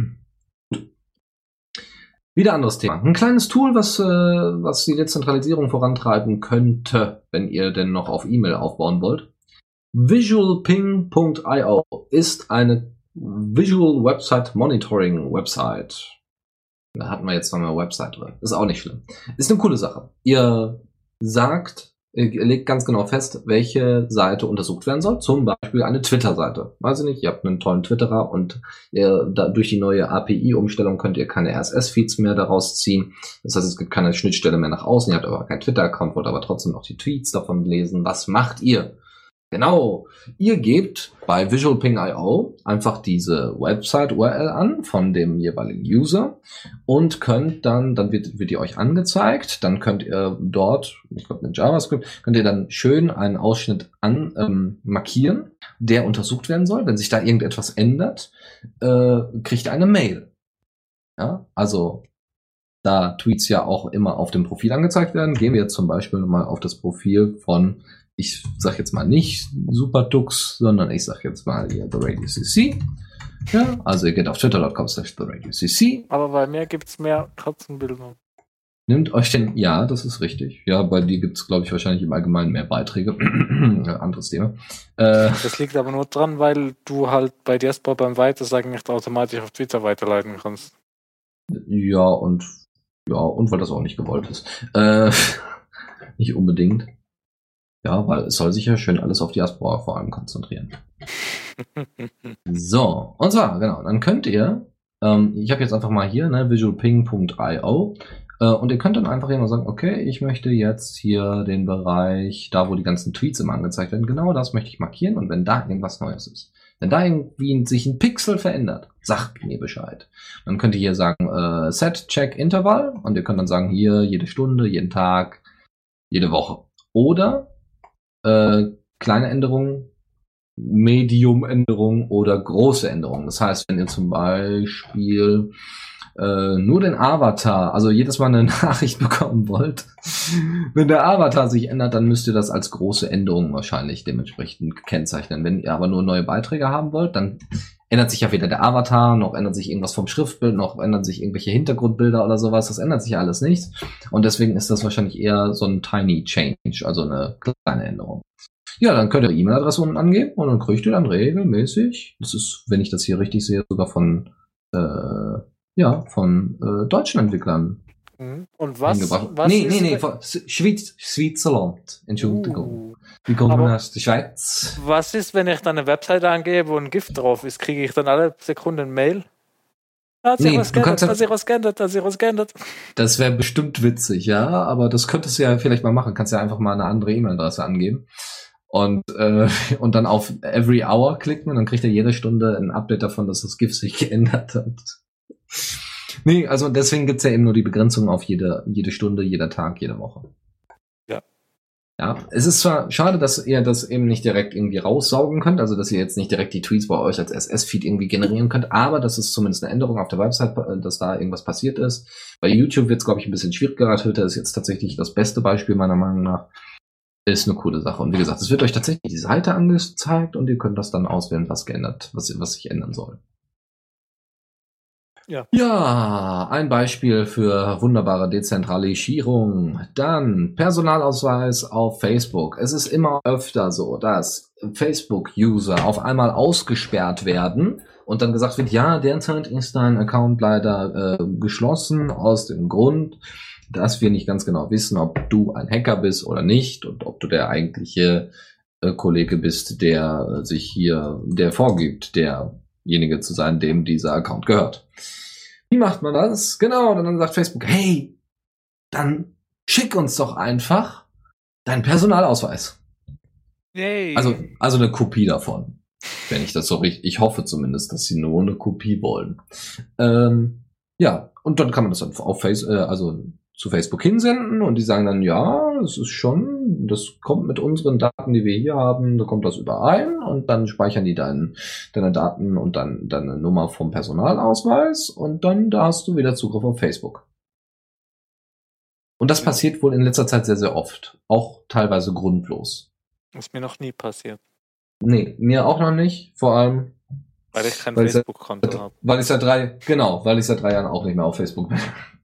Wieder anderes Thema. Ein kleines Tool, was die Dezentralisierung vorantreiben könnte, wenn ihr denn noch auf E-Mail aufbauen wollt. Visualping.io ist eine Visual Website Monitoring Website. Da hatten wir jetzt zweimal Website drin. Ist auch nicht schlimm. Ist eine coole Sache. Ihr legt ganz genau fest, welche Seite untersucht werden soll. Zum Beispiel eine Twitter-Seite. Weiß ich nicht, ihr habt einen tollen Twitterer und durch die neue API-Umstellung könnt ihr keine RSS-Feeds mehr daraus ziehen. Das heißt, es gibt keine Schnittstelle mehr nach außen. Ihr habt aber keinen Twitter-Account, wollt aber trotzdem noch die Tweets davon lesen. Was macht ihr? Genau, ihr gebt bei visualping.io einfach diese Website-URL an von dem jeweiligen User und könnt dann wird die euch angezeigt, dann könnt ihr dort, ich glaube mit JavaScript, könnt ihr dann schön einen Ausschnitt markieren, der untersucht werden soll. Wenn sich da irgendetwas ändert, kriegt ihr eine Mail. Ja, also da Tweets ja auch immer auf dem Profil angezeigt werden, gehen wir jetzt zum Beispiel nochmal auf das Profil von, ich sag jetzt mal nicht SuperDux, sondern ich sag jetzt mal hier TheRadioCC. Ja, also ihr geht auf twitter.com/TheRadioCC. Aber bei mir gibt's mehr Katzenbilder. Nimmt euch ja, das ist richtig. Ja, bei dir gibt's, glaube ich, wahrscheinlich im Allgemeinen mehr Beiträge. Anderes Thema. Das liegt aber nur dran, weil du halt bei Diaspora beim Weitersagen nicht automatisch auf Twitter weiterleiten kannst. Ja, und weil das auch nicht gewollt ist. Nicht unbedingt. Ja, weil es soll sich ja schön alles auf Diaspora vor allem konzentrieren. So, und zwar, genau, dann könnt ihr, ich habe jetzt einfach mal hier, visualping.io, und ihr könnt dann einfach hier mal sagen, okay, ich möchte jetzt hier den Bereich, da wo die ganzen Tweets immer angezeigt werden, genau das möchte ich markieren, und wenn da irgendwas Neues ist, wenn da irgendwie sich ein Pixel verändert, sagt mir Bescheid. Dann könnt ihr hier sagen, Set Check Interval, und ihr könnt dann sagen, hier jede Stunde, jeden Tag, jede Woche. Oder kleine Änderungen, Medium-Änderungen oder große Änderungen. Das heißt, wenn ihr zum Beispiel nur den Avatar, also jedes Mal eine Nachricht bekommen wollt, wenn der Avatar sich ändert, dann müsst ihr das als große Änderung wahrscheinlich dementsprechend kennzeichnen. Wenn ihr aber nur neue Beiträge haben wollt, dann ändert sich ja weder der Avatar, noch ändert sich irgendwas vom Schriftbild, noch ändern sich irgendwelche Hintergrundbilder oder sowas. Das ändert sich ja alles nicht. Und deswegen ist das wahrscheinlich eher so ein Tiny Change, also eine kleine Änderung. Ja, dann könnt ihr eure E-Mail-Adresse unten angeben und dann kriegt ihr dann regelmäßig, das ist, wenn ich das hier richtig sehe, sogar von deutschen Entwicklern. Und was? Nee, von Schweizerland. Entschuldigung. Die kommen aus der Schweiz. Was ist, wenn ich dann eine Webseite angebe, wo ein GIF drauf ist? Kriege ich dann alle Sekunden ein Mail? Hat sich was geändert. Das wäre bestimmt witzig, ja, aber das könntest du ja vielleicht mal machen. Kannst ja einfach mal eine andere E-Mail-Adresse angeben. Und dann auf Every Hour klicken und dann kriegt er jede Stunde ein Update davon, dass das GIF sich geändert hat. Nee, also deswegen gibt's ja eben nur die Begrenzung auf jede Stunde, jeder Tag, jede Woche. Ja. Ja, es ist zwar schade, dass ihr das eben nicht direkt irgendwie raussaugen könnt, also dass ihr jetzt nicht direkt die Tweets bei euch als SS-Feed irgendwie generieren könnt, aber das ist zumindest eine Änderung auf der Website, dass da irgendwas passiert ist. Bei YouTube wird's, glaube ich, ein bisschen schwieriger. Twitter ist jetzt tatsächlich das beste Beispiel meiner Meinung nach. Ist eine coole Sache. Und wie gesagt, es wird euch tatsächlich die Seite angezeigt und ihr könnt das dann auswählen, was sich ändern soll. Ja, ein Beispiel für wunderbare Dezentralisierung. Dann Personalausweis auf Facebook. Es ist immer öfter so, dass Facebook-User auf einmal ausgesperrt werden und dann gesagt wird, ja, derzeit ist dein Account leider geschlossen aus dem Grund, dass wir nicht ganz genau wissen, ob du ein Hacker bist oder nicht und ob du der eigentliche Kollege bist, der vorgibt, derjenige zu sein, dem dieser Account gehört. Wie macht man das? Genau, und dann sagt Facebook, hey, dann schick uns doch einfach deinen Personalausweis. Yay. Also eine Kopie davon. Wenn ich das so richtig, ich hoffe zumindest, dass sie nur eine Kopie wollen. Ja, und dann kann man das dann auf zu Facebook hinsenden und die sagen dann, ja, das kommt mit unseren Daten, die wir hier haben, da kommt das überein und dann speichern die deine Daten und dann deine Nummer vom Personalausweis und dann da hast du wieder Zugriff auf Facebook. Und das passiert wohl in letzter Zeit sehr, sehr oft. Auch teilweise grundlos. Ist mir noch nie passiert. Nee, mir auch noch nicht. Vor allem, weil ich kein Facebook-Konto habe. Weil ich seit 3 Jahren auch nicht mehr auf Facebook bin.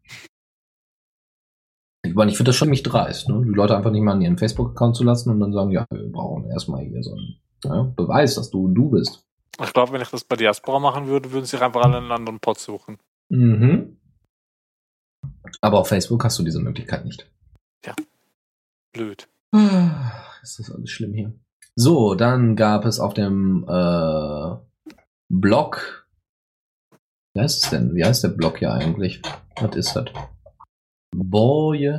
Ich meine, ich finde das schon nicht dreist, ne? Die Leute einfach nicht mal an ihren Facebook-Account zu lassen und dann sagen, ja, wir brauchen erstmal hier so einen Beweis, dass du bist. Ich glaube, wenn ich das bei Diaspora machen würde, würden sie einfach alle einen anderen Pod suchen. Mhm. Aber auf Facebook hast du diese Möglichkeit nicht. Ja. Blöd. Ist das alles schlimm hier. So, dann gab es auf dem Blog. Wie heißt es denn? Wie heißt der Blog hier eigentlich? Was ist das? Börje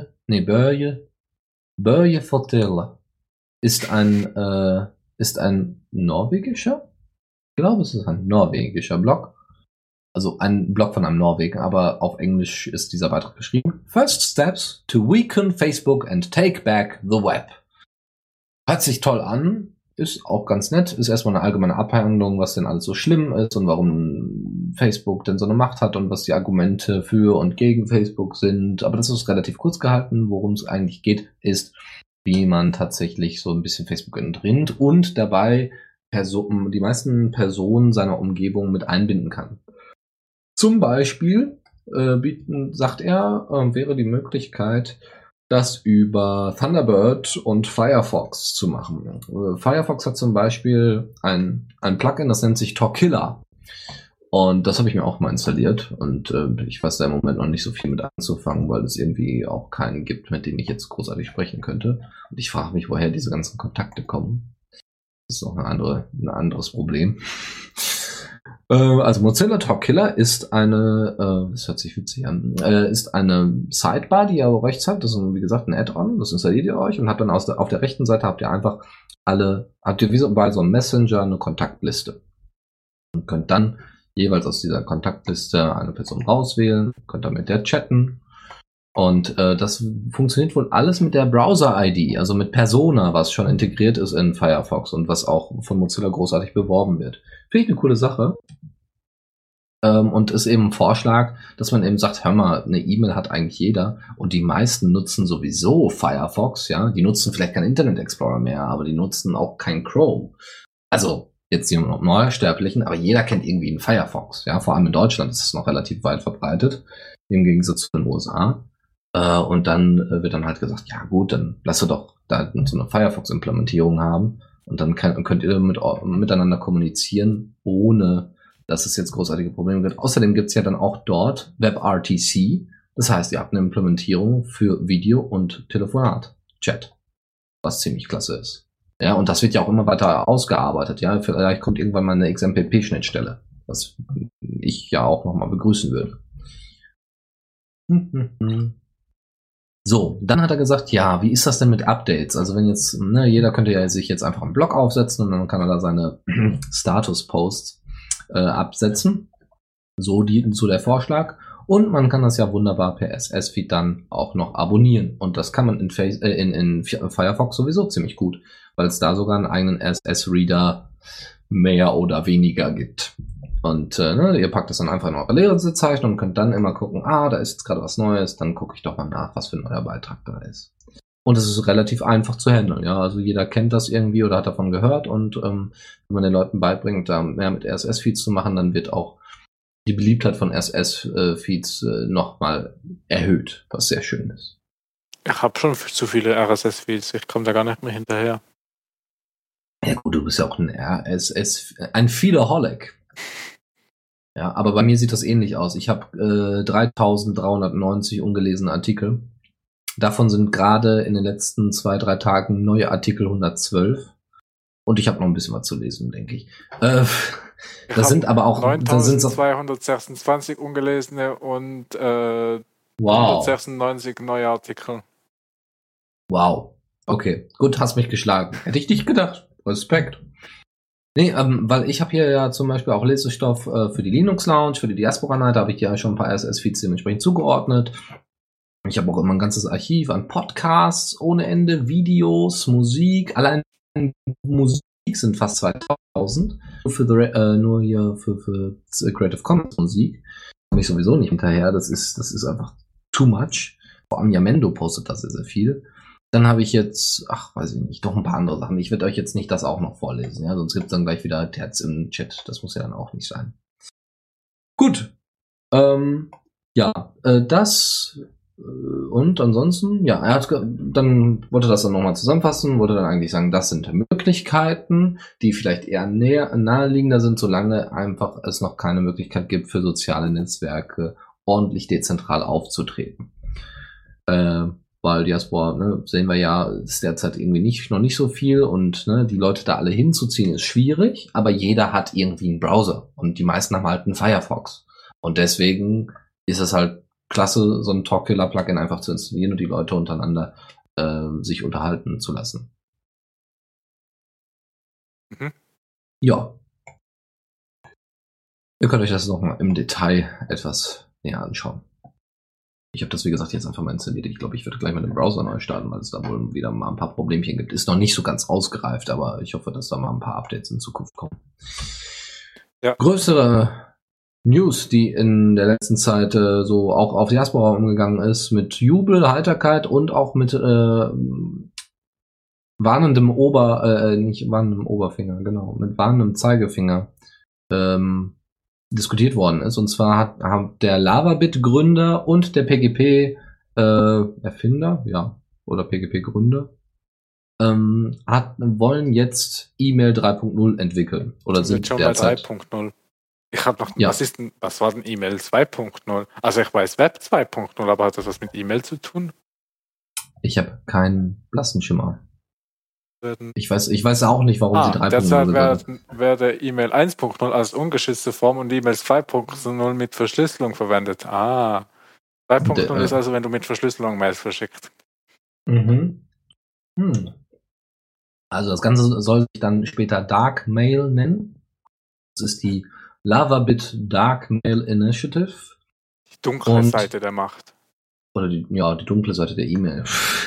Fortelle ist ein norwegischer? Ich glaube, es ist ein norwegischer Blog. Also ein Blog von einem Norwegen, aber auf Englisch ist dieser Beitrag geschrieben. First Steps to Weaken Facebook and Take Back the Web. Hört sich toll an, ist auch ganz nett, ist erstmal eine allgemeine Abhandlung, was denn alles so schlimm ist und warum Facebook denn so eine Macht hat und was die Argumente für und gegen Facebook sind. Aber das ist relativ kurz gehalten. Worum es eigentlich geht, ist, wie man tatsächlich so ein bisschen Facebook entrinnt und dabei die meisten Personen seiner Umgebung mit einbinden kann. Zum Beispiel sagt er, wäre die Möglichkeit, das über Thunderbird und Firefox zu machen. Firefox hat zum Beispiel ein Plugin, das nennt sich Torkiller. Und das habe ich mir auch mal installiert. Und ich weiß da im Moment noch nicht so viel mit anzufangen, weil es irgendwie auch keinen gibt, mit dem ich jetzt großartig sprechen könnte. Und ich frage mich, woher diese ganzen Kontakte kommen. Das ist noch ein anderes Problem. Also Mozilla Torkiller ist das hört sich witzig an, ist eine Sidebar, die ihr aber rechts habt. Das ist, wie gesagt, ein Add-on. Das installiert ihr euch und habt dann auf der rechten Seite habt ihr wie so bei so einem Messenger eine Kontaktliste. Und könnt dann jeweils aus dieser Kontaktliste eine Person rauswählen, könnt dann mit der chatten. Und das funktioniert wohl alles mit der Browser-ID, also mit Persona, was schon integriert ist in Firefox und was auch von Mozilla großartig beworben wird. Finde ich eine coole Sache. Und ist eben ein Vorschlag, dass man eben sagt, hör mal, eine E-Mail hat eigentlich jeder und die meisten nutzen sowieso Firefox, ja. Die nutzen vielleicht keinen Internet Explorer mehr, aber die nutzen auch kein Chrome. Also jetzt die Neusterblichen, aber jeder kennt irgendwie einen Firefox, ja. Vor allem in Deutschland ist es noch relativ weit verbreitet, im Gegensatz zu den USA. Und dann wird dann halt gesagt, ja gut, dann lass doch da so eine Firefox-Implementierung haben und dann könnt ihr miteinander kommunizieren, ohne dass es jetzt großartige Probleme gibt. Außerdem gibt's ja dann auch dort WebRTC, das heißt, ihr habt eine Implementierung für Video und Telefonat, Chat, was ziemlich klasse ist. Ja, und das wird ja auch immer weiter ausgearbeitet, ja, vielleicht kommt irgendwann mal eine XMPP-Schnittstelle, was ich ja auch nochmal begrüßen würde. So, dann hat er gesagt, ja, wie ist das denn mit Updates? Also wenn jetzt, jeder könnte ja sich jetzt einfach einen Blog aufsetzen und dann kann er da seine Status-Posts absetzen. So der Vorschlag. Und man kann das ja wunderbar per SS-Feed dann auch noch abonnieren. Und das kann man in Firefox sowieso ziemlich gut, weil es da sogar einen eigenen SS-Reader mehr oder weniger gibt. Und ihr packt das dann einfach in eure Lesezeichnung und könnt dann immer gucken, da ist jetzt gerade was Neues, dann gucke ich doch mal nach, was für ein neuer Beitrag da ist. Und es ist relativ einfach zu handeln, ja. Also jeder kennt das irgendwie oder hat davon gehört und wenn man den Leuten beibringt, da mehr mit RSS-Feeds zu machen, dann wird auch die Beliebtheit von RSS-Feeds nochmal erhöht, was sehr schön ist. Ich habe schon zu viele RSS-Feeds, ich komme da gar nicht mehr hinterher. Ja gut, du bist ja auch ein Feedaholic. Ja, aber bei mir sieht das ähnlich aus. Ich habe 3390 ungelesene Artikel. Davon sind gerade in den letzten 2-3 Tagen neue Artikel 112. Und ich habe noch ein bisschen was zu lesen, denke ich. Das sind aber auch 9226 ungelesene und 196 neue Artikel. Wow. Okay, gut, hast mich geschlagen. Hätte ich nicht gedacht. Respekt. Nee, weil ich habe hier ja zum Beispiel auch Lesestoff für die Linux Lounge, für die Diaspora Night, da habe ich ja schon ein paar RSS-Feeds dementsprechend zugeordnet. Ich habe auch immer ein ganzes Archiv an Podcasts ohne Ende, Videos, Musik. Allein Musik sind fast 2000. Nur hier für Creative Commons Musik. Komme ich sowieso nicht hinterher. Das ist einfach too much. Vor allem Yamendo postet das sehr, sehr viel. Dann habe ich jetzt, weiß ich nicht, doch ein paar andere Sachen. Ich werde euch jetzt nicht das auch noch vorlesen, ja, sonst gibt es dann gleich wieder Terz im Chat. Das muss ja dann auch nicht sein. Gut. Das und ansonsten, ja, dann wollte das dann nochmal zusammenfassen, wollte dann eigentlich sagen, das sind Möglichkeiten, die vielleicht eher naheliegender sind, solange einfach es noch keine Möglichkeit gibt, für soziale Netzwerke ordentlich dezentral aufzutreten. Weil Diaspora, sehen wir ja, ist derzeit irgendwie noch nicht so viel und die Leute da alle hinzuziehen ist schwierig, aber jeder hat irgendwie einen Browser und die meisten haben halt einen Firefox. Und deswegen ist es halt klasse, so ein Talkkiller-Plugin einfach zu installieren und die Leute untereinander sich unterhalten zu lassen. Mhm. Ja. Ihr könnt euch das noch mal im Detail etwas näher anschauen. Ich habe das, wie gesagt, jetzt einfach mal installiert. Ich glaube, ich werde gleich mit dem Browser neu starten, weil es da wohl wieder mal ein paar Problemchen gibt. Ist noch nicht so ganz ausgereift, aber ich hoffe, dass da mal ein paar Updates in Zukunft kommen. Ja. Größere News, die in der letzten Zeit so auch auf Diaspora umgegangen ist, mit Jubel, Heiterkeit und auch mit warnendem mit warnendem Zeigefinger diskutiert worden ist. Und zwar hat der Lavabit-Gründer und der PGP-Erfinder, oder PGP-Gründer, wollen jetzt E-Mail 3.0 entwickeln. Oder sind schon bei 3.0. Ich habe noch, was war denn E-Mail 2.0? Also ich weiß Web 2.0, aber hat das was mit E-Mail zu tun? Ich habe keinen blassen Schimmer. Ich weiß auch nicht, warum sie 3.0 derzeit werde E-Mail 1.0 als ungeschützte Form und E-Mail 2.0 mit Verschlüsselung verwendet. 2.0 ist also, wenn du mit Verschlüsselung Mails verschickst. Mhm. Also das Ganze soll sich dann später Dark Mail nennen. Das ist die Lavabit Dark Mail Initiative. Die dunkle Seite der Macht. Oder die dunkle Seite der E-Mail.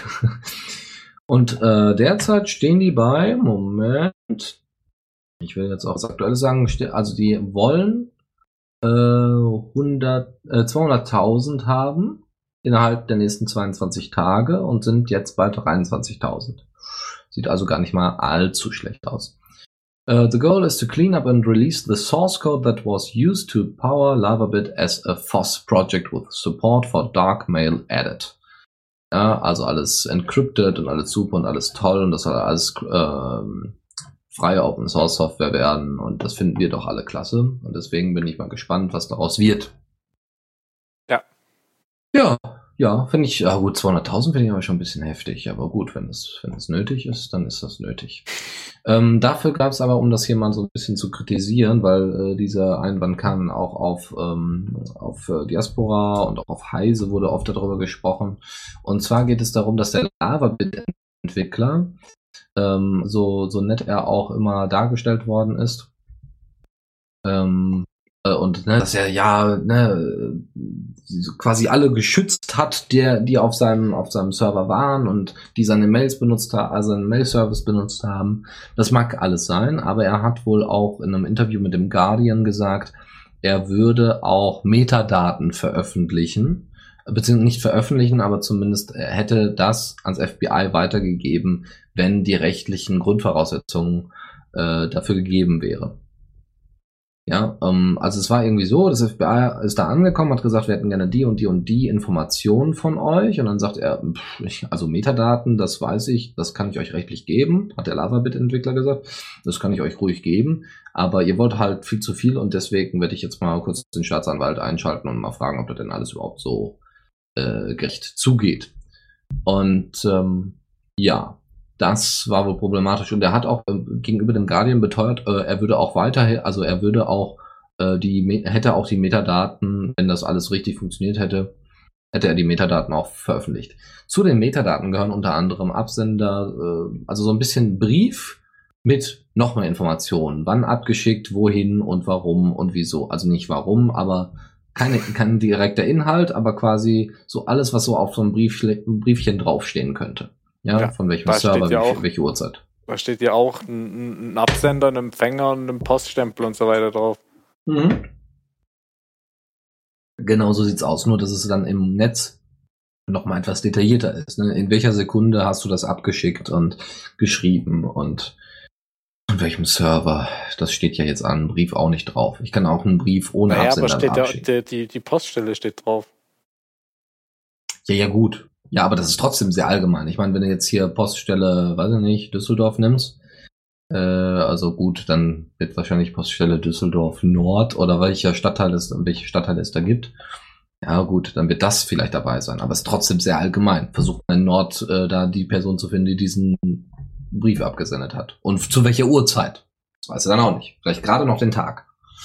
Und derzeit stehen die bei, ich will jetzt auch was Aktuelles sagen, also die wollen 200.000 haben innerhalb der nächsten 22 Tage und sind jetzt bald 23.000. Sieht also gar nicht mal allzu schlecht aus. The goal is to clean up and release the source code that was used to power Lavabit as a FOSS project with support for dark mail added. Ja, also alles encrypted und alles super und alles toll und das soll alles freie Open Source Software werden und das finden wir doch alle klasse und deswegen bin ich mal gespannt, was daraus wird. Ja, finde ich, gut, 200.000 finde ich aber schon ein bisschen heftig, aber gut, wenn es nötig ist, dann ist das nötig. Dafür gab es aber, um das hier mal so ein bisschen zu kritisieren, weil dieser Einwand kam auch auf Diaspora und auch auf Heise wurde oft darüber gesprochen. Und zwar geht es darum, dass der Lavabit-Entwickler, so nett er auch immer dargestellt worden ist, Und dass er quasi alle geschützt hat, die auf seinem Server waren und die seine Mails benutzt haben, also seinen Mail-Service benutzt haben. Das mag alles sein, aber er hat wohl auch in einem Interview mit dem Guardian gesagt, er würde auch Metadaten veröffentlichen, beziehungsweise nicht veröffentlichen, aber zumindest er hätte das ans FBI weitergegeben, wenn die rechtlichen Grundvoraussetzungen dafür gegeben wäre. Ja, also es war irgendwie so, das FBI ist da angekommen, hat gesagt, wir hätten gerne die und die und die Informationen von euch. Und dann sagt er, also Metadaten, das weiß ich, das kann ich euch rechtlich geben, hat der LavaBit-Entwickler gesagt. Das kann ich euch ruhig geben. Aber ihr wollt halt viel zu viel und deswegen werde ich jetzt mal kurz den Staatsanwalt einschalten und mal fragen, ob das denn alles überhaupt so gerecht zugeht. Und ja, das war wohl problematisch und er hat auch gegenüber dem Guardian beteuert, er würde auch weiterhin, also er würde auch hätte auch die Metadaten, wenn das alles richtig funktioniert hätte er die Metadaten auch veröffentlicht. Zu den Metadaten gehören unter anderem Absender, also so ein bisschen Brief mit noch mehr Informationen, wann abgeschickt, wohin und warum und wieso. Also nicht warum, aber kein direkter Inhalt, aber quasi so alles, was so auf so einem Briefchen draufstehen könnte. Ja, von welchem Server, welche Uhrzeit. Da steht ja auch ein Absender, ein Empfänger und ein Poststempel und so weiter drauf. Mhm. Genau so sieht's aus, nur dass es dann im Netz noch mal etwas detaillierter ist. Ne? In welcher Sekunde hast du das abgeschickt und geschrieben und an welchem Server? Das steht ja jetzt an, Brief auch nicht drauf. Ich kann auch einen Brief ohne Absender abschicken. Aber steht ja, die Poststelle steht drauf. Ja, gut. Ja, aber das ist trotzdem sehr allgemein. Ich meine, wenn du jetzt hier Poststelle, weiß ich nicht, Düsseldorf nimmst, also gut, dann wird wahrscheinlich Poststelle Düsseldorf Nord oder welche Stadtteile es da gibt. Ja gut, dann wird das vielleicht dabei sein, aber es ist trotzdem sehr allgemein. Versucht in Nord da die Person zu finden, die diesen Brief abgesendet hat. Und zu welcher Uhrzeit? Das weiß er dann auch nicht. Vielleicht gerade noch den Tag.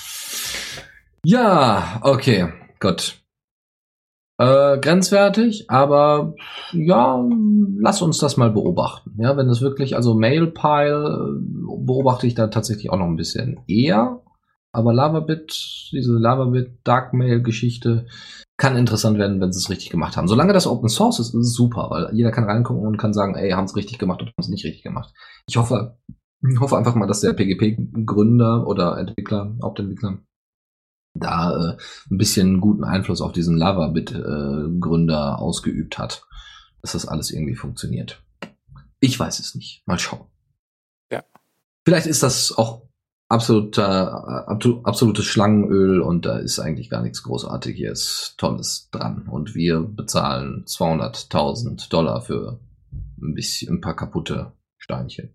Ja, okay, gut. Grenzwertig, aber ja, lass uns das mal beobachten. Ja, wenn das wirklich, also Mailpile beobachte ich da tatsächlich auch noch ein bisschen eher, aber diese LavaBit Dark Mail Geschichte kann interessant werden, wenn sie es richtig gemacht haben. Solange das Open Source ist es super, weil jeder kann reingucken und kann sagen, ey, haben es richtig gemacht oder haben es nicht richtig gemacht. Ich hoffe einfach mal, dass der PGP-Gründer oder Hauptentwickler da ein bisschen guten Einfluss auf diesen LavaBit-Gründer ausgeübt hat, dass das alles irgendwie funktioniert. Ich weiß es nicht. Mal schauen. Ja. Vielleicht ist das auch absolutes Schlangenöl und da ist eigentlich gar nichts Großartiges, Tolles dran. Und wir bezahlen $200.000 für ein paar kaputte Steinchen.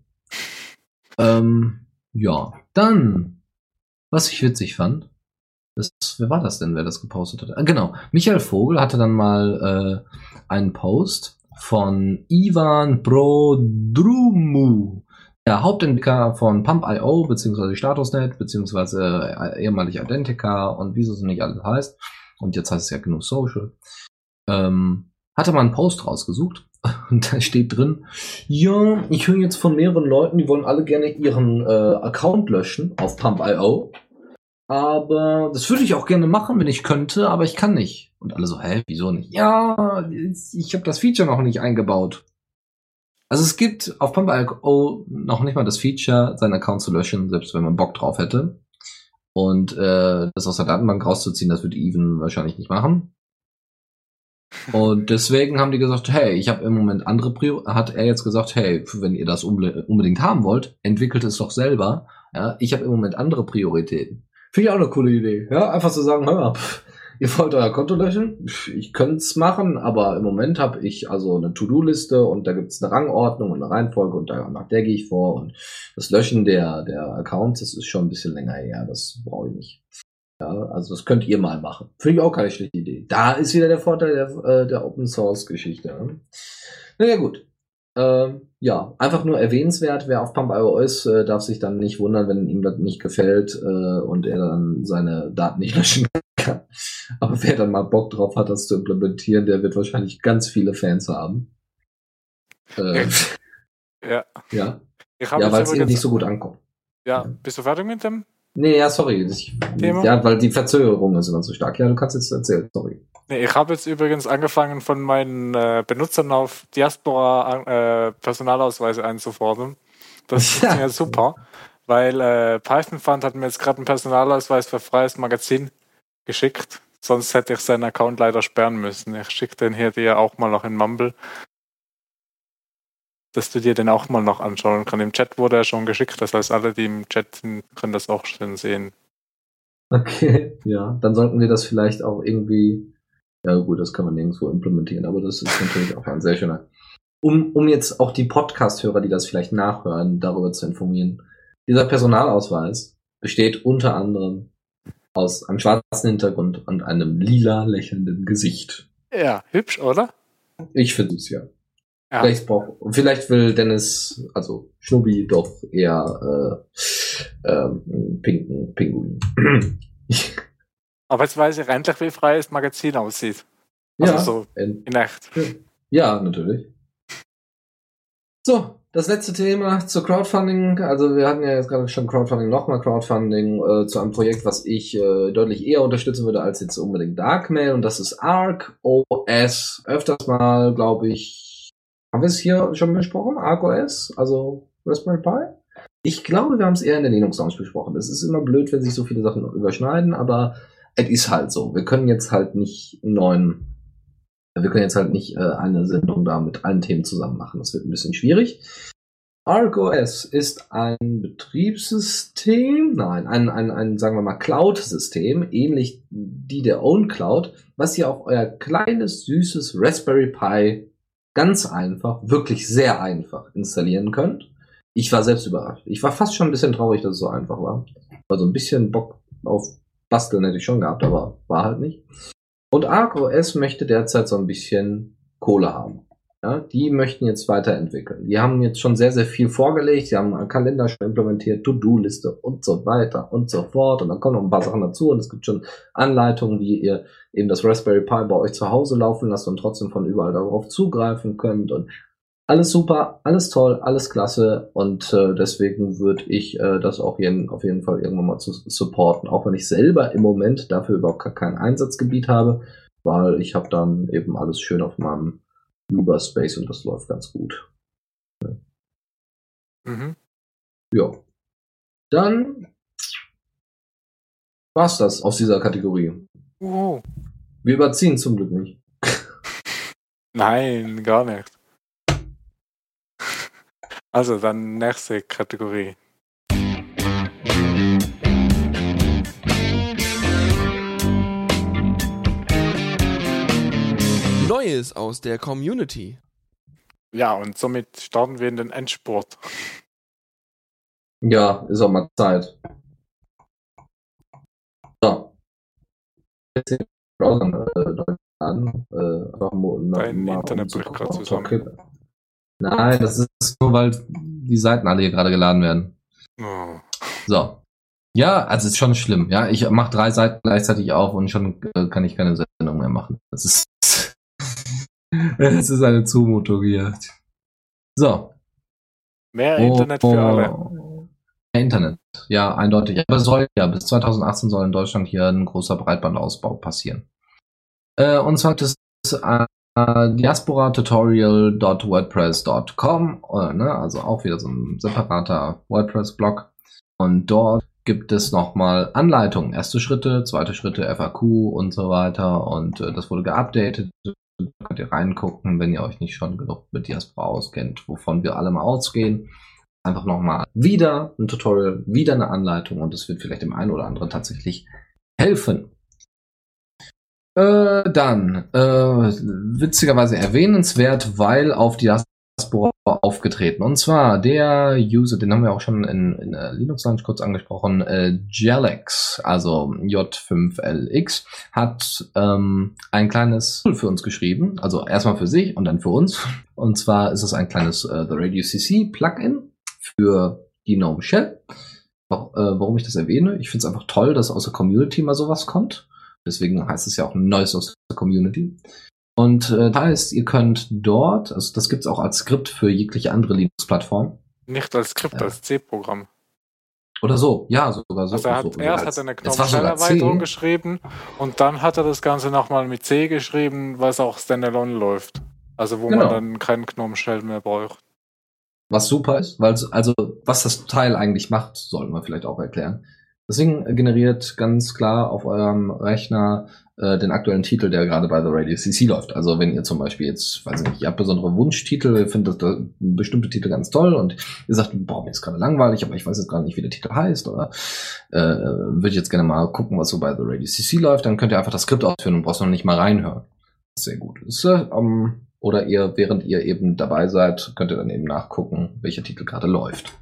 Ja, dann, was ich witzig fand, wer war das denn, wer das gepostet hat? Genau, Michael Vogel hatte dann mal einen Post von Ivan Prodrumu, der Hauptentwickler von Pump.io, beziehungsweise Statusnet, beziehungsweise ehemalig Identica und wie es nicht alles heißt. Und jetzt heißt es ja GNU Social. Hatte mal einen Post rausgesucht und da steht drin, ja, ich höre jetzt von mehreren Leuten, die wollen alle gerne ihren Account löschen auf Pump.io. Aber das würde ich auch gerne machen, wenn ich könnte, aber ich kann nicht. Und alle so, wieso nicht? Ja, ich habe das Feature noch nicht eingebaut. Also es gibt auf Pump.io noch nicht mal das Feature, seinen Account zu löschen, selbst wenn man Bock drauf hätte. Und das aus der Datenbank rauszuziehen, das wird Even wahrscheinlich nicht machen. Und deswegen haben die gesagt, hey, ich habe im Moment hat er jetzt gesagt, hey, wenn ihr das unbedingt haben wollt, entwickelt es doch selber. Ja, ich habe im Moment andere Prioritäten. Finde ich auch eine coole Idee. Ja, einfach zu sagen, hör mal, ihr wollt euer Konto löschen? Ich könnte es machen, aber im Moment habe ich also eine To-Do-Liste und da gibt es eine Rangordnung und eine Reihenfolge und nach der gehe ich vor und das Löschen der Accounts, das ist schon ein bisschen länger her, das brauche ich nicht. Ja, also das könnt ihr mal machen. Finde ich auch keine schlechte Idee. Da ist wieder der Vorteil der Open-Source-Geschichte. Ne? Naja, gut. Ja, einfach nur erwähnenswert, wer auf Pump.io ist, darf sich dann nicht wundern, wenn ihm das nicht gefällt und er dann seine Daten nicht löschen kann. Aber wer dann mal Bock drauf hat, das zu implementieren, der wird wahrscheinlich ganz viele Fans haben. Ja. Ja, weil es eben nicht so gut ankommt. Ja, bist du fertig mit dem? Nee, ja, sorry. Thema? Ja, weil die Verzögerung ist immer so stark. Ja, du kannst jetzt erzählen, sorry. Nee, ich habe jetzt übrigens angefangen, von meinen Benutzern auf Diaspora Personalausweise einzufordern. Das funktioniert super, weil Python Fund hat mir jetzt gerade einen Personalausweis für freies Magazin geschickt. Sonst hätte ich seinen Account leider sperren müssen. Ich schicke den hier dir auch mal noch in Mumble, dass du dir den auch mal noch anschauen kannst. Im Chat wurde er schon geschickt, das heißt, alle, die im Chat sind, können das auch schön sehen. Okay, ja. Dann sollten wir das vielleicht auch irgendwie. Ja, gut, das kann man nirgendwo implementieren, aber das ist natürlich auch ein sehr schöner. Um jetzt auch die Podcast-Hörer, die das vielleicht nachhören, darüber zu informieren. Dieser Personalausweis besteht unter anderem aus einem schwarzen Hintergrund und einem lila lächelnden Gesicht. Ja, hübsch, oder? Ich finde es ja. Ja. Vielleicht will Dennis, also Schnubbi, doch eher pinken Pinguin. Aber jetzt weiß ich endlich, wie freies Magazin aussieht. Also so in echt. Ja, natürlich. So, das letzte Thema zur Crowdfunding. Also wir hatten ja jetzt gerade schon Crowdfunding, nochmal Crowdfunding zu einem Projekt, was ich deutlich eher unterstützen würde als jetzt unbedingt Darkmail. Und das ist Arc OS. Öfters mal, glaube ich, haben wir es hier schon besprochen? Arc OS, also Raspberry Pi? Ich glaube, wir haben es eher in der Linux-Lounge besprochen. Es ist immer blöd, wenn sich so viele Sachen überschneiden, aber es ist halt so. Wir können jetzt halt nicht eine Sendung da mit allen Themen zusammen machen. Das wird ein bisschen schwierig. ArcOS ist ein Betriebssystem, ein sagen wir mal, Cloud-System, ähnlich die der OwnCloud, was ihr auf euer kleines, süßes Raspberry Pi ganz einfach, wirklich sehr einfach installieren könnt. Ich war selbst überrascht. Ich war fast schon ein bisschen traurig, dass es so einfach war. Also ein bisschen Bock auf Basteln hätte ich schon gehabt, aber war halt nicht. Und ArcOS möchte derzeit so ein bisschen Kohle haben. Ja, die möchten jetzt weiterentwickeln. Die haben jetzt schon sehr, sehr viel vorgelegt. Die haben einen Kalender schon implementiert, To-Do-Liste und so weiter und so fort. Und dann kommen noch ein paar Sachen dazu. Und es gibt schon Anleitungen, wie ihr eben das Raspberry Pi bei euch zu Hause laufen lasst und trotzdem von überall darauf zugreifen könnt. Und alles super, alles toll, alles klasse. Und deswegen würde ich das auch auf jeden Fall irgendwann mal zu supporten. Auch wenn ich selber im Moment dafür überhaupt gar kein Einsatzgebiet habe. Weil ich habe dann eben alles schön auf meinem Uberspace und das läuft ganz gut. Mhm. Ja. Dann war's das aus dieser Kategorie. Wir überziehen zum Glück nicht. Nein, gar nicht. Also dann nächste Kategorie. Neues aus der Community. Ja, und somit starten wir in den Endspurt. Ja, ist auch mal Zeit. So. Dein Internet bricht gerade zusammen. Okay. Nein, das ist nur, weil die Seiten alle hier gerade geladen werden. Oh. So. Ja, also es ist schon schlimm. Ja, ich mache 3 Seiten gleichzeitig auf und schon kann ich keine Sendung mehr machen. Das ist es ist eine Zumutung hier. So. Mehr Internet für alle. Mehr Internet, ja, eindeutig. Aber bis 2018 soll in Deutschland hier ein großer Breitbandausbau passieren. Und zwar das diasporatutorial.wordpress.com, also auch wieder so ein separater WordPress-Blog. Und dort gibt es nochmal Anleitungen, erste Schritte, zweite Schritte, FAQ und so weiter. Und das wurde geupdatet. Da könnt ihr reingucken, wenn ihr euch nicht schon genug mit Diaspora auskennt, wovon wir alle mal ausgehen. Einfach nochmal wieder ein Tutorial, wieder eine Anleitung und es wird vielleicht dem einen oder anderen tatsächlich helfen. Dann, witzigerweise erwähnenswert, weil auf Diaspora aufgetreten. Und zwar der User, den haben wir auch schon in der Linux Lounge kurz angesprochen, Jalex, also J5LX, hat ein kleines Tool für uns geschrieben. Also erstmal für sich und dann für uns. Und zwar ist es ein kleines The Radio CC Plugin für die GNOME Shell. Warum ich das erwähne? Ich finde es einfach toll, dass aus der Community mal sowas kommt. Deswegen heißt es ja auch Neues aus der Community. Und das heißt, ihr könnt dort, also das gibt es auch als Skript für jegliche andere Linux-Plattform. Nicht als Skript, als C-Programm. Oder so, ja, sogar so. Also er hat so, erst als, hat er eine es war sogar Gnome-Shell-Erweiterung C. geschrieben und dann hat er das Ganze nochmal mit C geschrieben, was auch Standalone läuft. Also wo man Genau. dann keinen Gnome-Shell mehr braucht. Was super ist, weil also was das Teil eigentlich macht, sollten wir vielleicht auch erklären. Das Ding generiert ganz klar auf eurem Rechner den aktuellen Titel, der gerade bei The Radio CC läuft. Also wenn ihr zum Beispiel jetzt, weiß ich nicht, ihr habt besondere Wunschtitel, ihr findet bestimmte Titel ganz toll und ihr sagt, boah, mir ist gerade langweilig, aber ich weiß jetzt gar nicht, wie der Titel heißt oder würde ich jetzt gerne mal gucken, was so bei The Radio CC läuft, dann könnt ihr einfach das Skript ausführen und braucht noch nicht mal reinhören. Sehr gut. Ist, oder ihr, während ihr eben dabei seid, könnt ihr dann eben nachgucken, welcher Titel gerade läuft.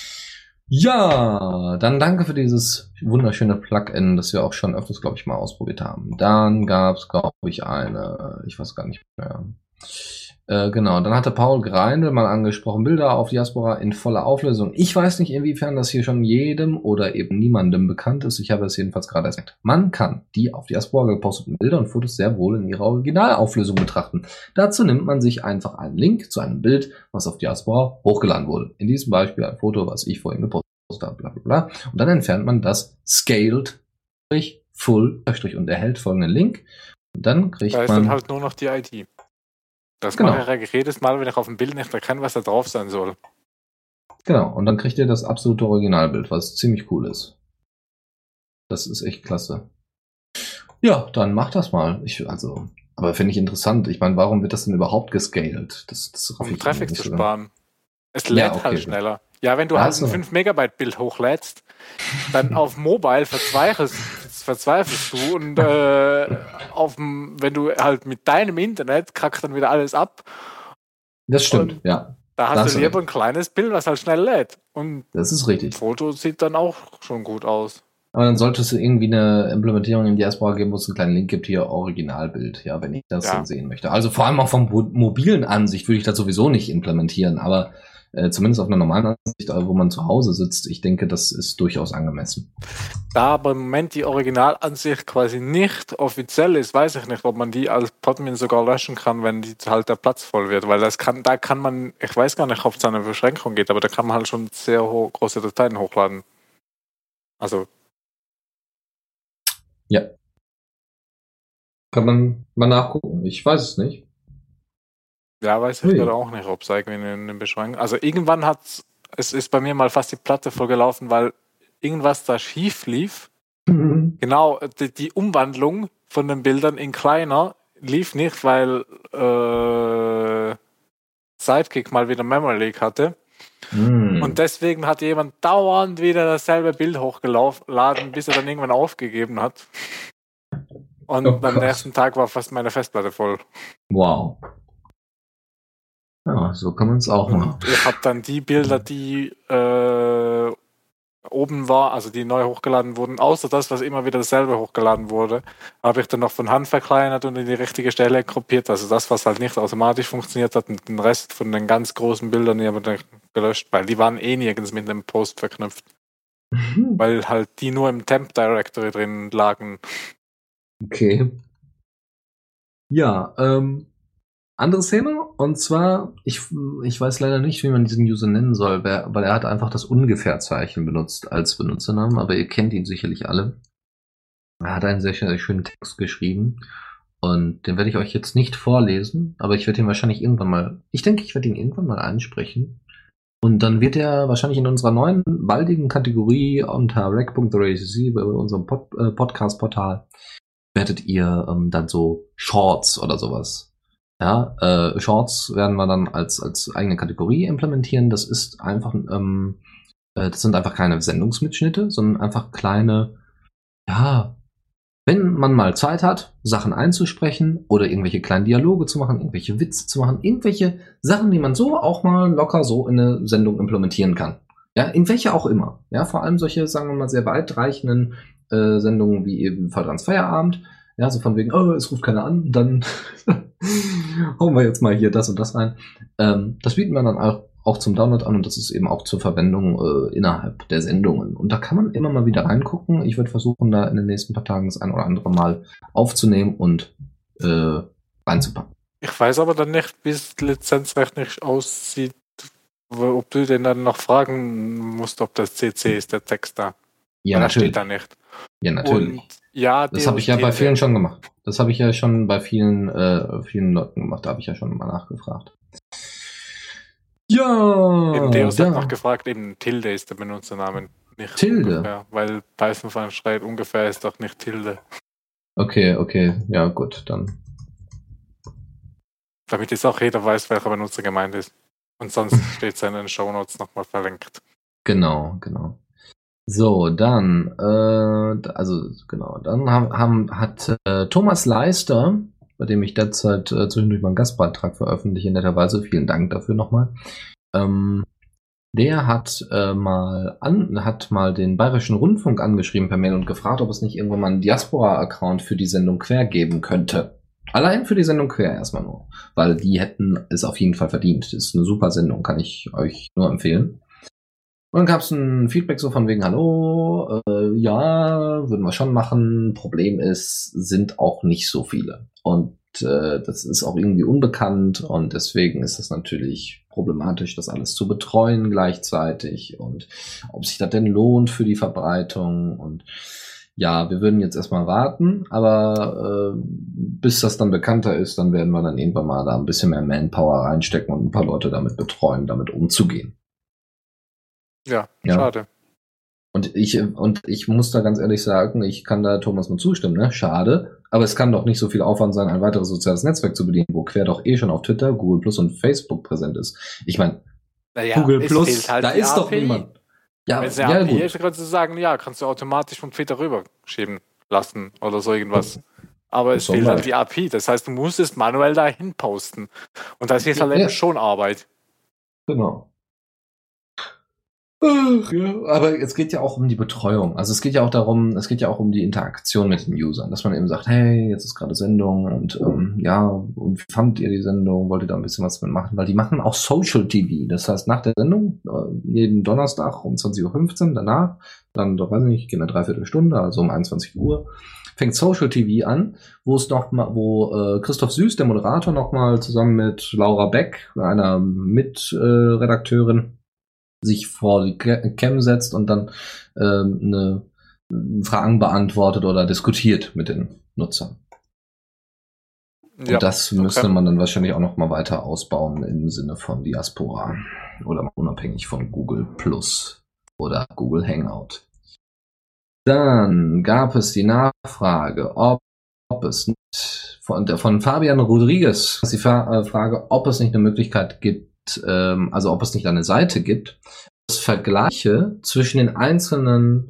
Ja, dann danke für dieses wunderschöne Plugin, das wir auch schon öfters, glaube ich, mal ausprobiert haben. Dann gab es, glaube ich, ich weiß gar nicht mehr. Genau, dann hatte Paul Greindl mal angesprochen, Bilder auf Diaspora in voller Auflösung. Ich weiß nicht, inwiefern das hier schon jedem oder eben niemandem bekannt ist. Ich habe es jedenfalls gerade erst gesagt. Man kann die auf Diaspora geposteten Bilder und Fotos sehr wohl in ihrer Originalauflösung betrachten. Dazu nimmt man sich einfach einen Link zu einem Bild, was auf Diaspora hochgeladen wurde. In diesem Beispiel ein Foto, was ich vorhin gepostet habe, bla bla bla. Und dann entfernt man das Scaled, Full, und erhält folgenden Link. Und dann kriegt Da ist man dann halt nur noch die ID. Das Genau. mache ich eigentlich jedes Mal, wenn ich auf dem Bild nicht erkenne, was da drauf sein soll. Genau, und dann kriegt ihr das absolute Originalbild, was ziemlich cool ist. Das ist echt klasse. Ja, dann macht das mal. Aber finde ich interessant. Ich meine, warum wird das denn überhaupt gescaled? Das Um ich Traffic nicht zu so. sparen. Es lädt okay. halt schneller. Ja, wenn du halt ein 5 Megabyte Bild hochlädst, dann auf Mobile verzweifelst du und wenn du halt mit deinem Internet kackt dann wieder alles ab. Das stimmt, und ja. Da hast du lieber ein kleines Bild, was halt schnell lädt. Und das ist richtig. das Foto sieht dann auch schon gut aus. Aber dann sollte es irgendwie eine Implementierung in Diaspora geben, wo es einen kleinen Link gibt, hier Originalbild, ja, wenn ich das sehen möchte. Also vor allem auch vom mobilen Ansicht würde ich das sowieso nicht implementieren, aber zumindest auf einer normalen Ansicht, wo man zu Hause sitzt, ich denke, das ist durchaus angemessen. Da aber im Moment die Originalansicht quasi nicht offiziell ist, weiß ich nicht, ob man die als Podmin sogar löschen kann, wenn die halt der Platz voll wird, weil da kann man, ich weiß gar nicht, ob es eine Beschränkung geht, aber da kann man halt schon sehr große Dateien hochladen. Also ja. Kann man mal nachgucken, ich weiß es nicht. Ja, weiß ich gerade auch nicht, ob es irgendwie eine Beschränkung. Also irgendwann es ist bei mir mal fast die Platte vollgelaufen, weil irgendwas da schief lief. Genau, die Umwandlung von den Bildern in kleiner lief nicht, weil Sidekick mal wieder Memory Leak hatte. Und deswegen hat jemand dauernd wieder dasselbe Bild hochgeladen, bis er dann irgendwann aufgegeben hat. Und am nächsten Tag war fast meine Festplatte voll. Wow. Ja, so kann man es auch machen. Ich habe dann die Bilder, die oben war, also die neu hochgeladen wurden, außer das, was immer wieder dasselbe hochgeladen wurde, habe ich dann noch von Hand verkleinert und in die richtige Stelle gruppiert. Also das, was halt nicht automatisch funktioniert hat, und den Rest von den ganz großen Bildern, die habe ich dann gelöscht, weil die waren nirgends mit einem Post verknüpft. Weil halt die nur im Temp Directory drin lagen. Okay. Ja, anderes Thema, und zwar, ich weiß leider nicht, wie man diesen User nennen soll, weil er hat einfach das Ungefähr-Zeichen benutzt als Benutzernamen, aber ihr kennt ihn sicherlich alle. Er hat einen sehr, sehr schönen Text geschrieben und den werde ich euch jetzt nicht vorlesen, aber ich werde ihn wahrscheinlich irgendwann mal ansprechen. Und dann wird er wahrscheinlich in unserer neuen, baldigen Kategorie unter rec.racc bei unserem Podcast-Portal werdet ihr dann so Shorts oder sowas. Ja, Shorts werden wir dann als eigene Kategorie implementieren. Das ist einfach, das sind einfach keine Sendungsmitschnitte, sondern einfach kleine, ja, wenn man mal Zeit hat, Sachen einzusprechen oder irgendwelche kleinen Dialoge zu machen, irgendwelche Witze zu machen, irgendwelche Sachen, die man so auch mal locker so in eine Sendung implementieren kann. Ja, in welche auch immer. Ja, vor allem solche, sagen wir mal, sehr weitreichenden Sendungen wie eben Vertrans Feierabend. Ja, so von wegen, oh, es ruft keiner an, dann hauen wir jetzt mal hier das und das rein. Das bieten wir dann auch zum Download an und das ist eben auch zur Verwendung innerhalb der Sendungen. Und da kann man immer mal wieder reingucken. Ich werde versuchen, da in den nächsten paar Tagen das ein oder andere Mal aufzunehmen und reinzupacken. Ich weiß aber dann nicht, wie es lizenzrechtlich aussieht, ob du den dann noch fragen musst, ob das CC ist, der Text da. Ja, das natürlich. steht da nicht. Ja, natürlich. Und ja, Das habe ich ja bei vielen schon gemacht. Das habe ich ja schon bei vielen Leuten gemacht. Da habe ich ja schon mal nachgefragt. Ja. Eben Deus hat noch gefragt, eben Tilde ist der Benutzernamen. Nicht Tilde? Ungefähr, weil Python schreibt, ungefähr ist doch nicht Tilde. Okay. Ja, gut, dann. Damit jetzt auch jeder weiß, welcher Benutzer gemeint ist. Und sonst steht es in den Shownotes nochmal verlinkt. Genau. So, dann, hat Thomas Leister, bei dem ich derzeit zwischendurch mal einen Gastbeitrag veröffentliche, netterweise, vielen Dank dafür nochmal, der hat mal den Bayerischen Rundfunk angeschrieben per Mail und gefragt, ob es nicht irgendwann mal einen Diaspora-Account für die Sendung Quer geben könnte. Allein für die Sendung Quer erstmal nur, weil die hätten es auf jeden Fall verdient. Das ist eine super Sendung, kann ich euch nur empfehlen. Und dann gab es ein Feedback so von wegen, hallo, ja, würden wir schon machen. Problem ist, sind auch nicht so viele. Und das ist auch irgendwie unbekannt und deswegen ist es natürlich problematisch, das alles zu betreuen gleichzeitig und ob sich das denn lohnt für die Verbreitung. Und ja, wir würden jetzt erstmal warten, aber bis das dann bekannter ist, dann werden wir dann irgendwann mal da ein bisschen mehr Manpower reinstecken und ein paar Leute damit betreuen, damit umzugehen. Ja, schade. Und ich muss da ganz ehrlich sagen, ich kann da Thomas nur zustimmen, ne? Schade. Aber es kann doch nicht so viel Aufwand sein, ein weiteres soziales Netzwerk zu bedienen, wo Quer doch schon auf Twitter, Google Plus und Facebook präsent ist. Ich meine, Google Plus, halt da ist API. Doch niemand. Ja, wenn es eine API ist, kannst du sagen, ja, kannst du automatisch von Twitter rüberschieben lassen oder so irgendwas. Aber es fehlt halt die API. Das heißt, du musst es manuell dahin posten. Und das ist halt eben schon Arbeit. Genau. Ach, ja. Aber es geht ja auch um die Betreuung. Also es geht ja auch um die Interaktion mit den Usern, dass man eben sagt, hey, jetzt ist gerade Sendung und und wie fandet ihr die Sendung? Wollt ihr da ein bisschen was mitmachen? Weil die machen auch Social TV. Das heißt, nach der Sendung, jeden Donnerstag um 20.15 Uhr, danach, dann, weiß ich nicht, geht eine Dreiviertelstunde, also um 21 Uhr, fängt Social TV an, wo Christoph Süß, der Moderator, nochmal zusammen mit Laura Beck, einer Mitredakteurin, sich vor die Cam setzt und dann Fragen beantwortet oder diskutiert mit den Nutzern. Und das müsste man dann wahrscheinlich auch noch mal weiter ausbauen im Sinne von Diaspora oder unabhängig von Google Plus oder Google Hangout. Dann gab es die Nachfrage, ob es nicht von Fabian Rodriguez, die Frage, ob es nicht eine Möglichkeit gibt, also ob es nicht eine Seite gibt, das Vergleiche zwischen den einzelnen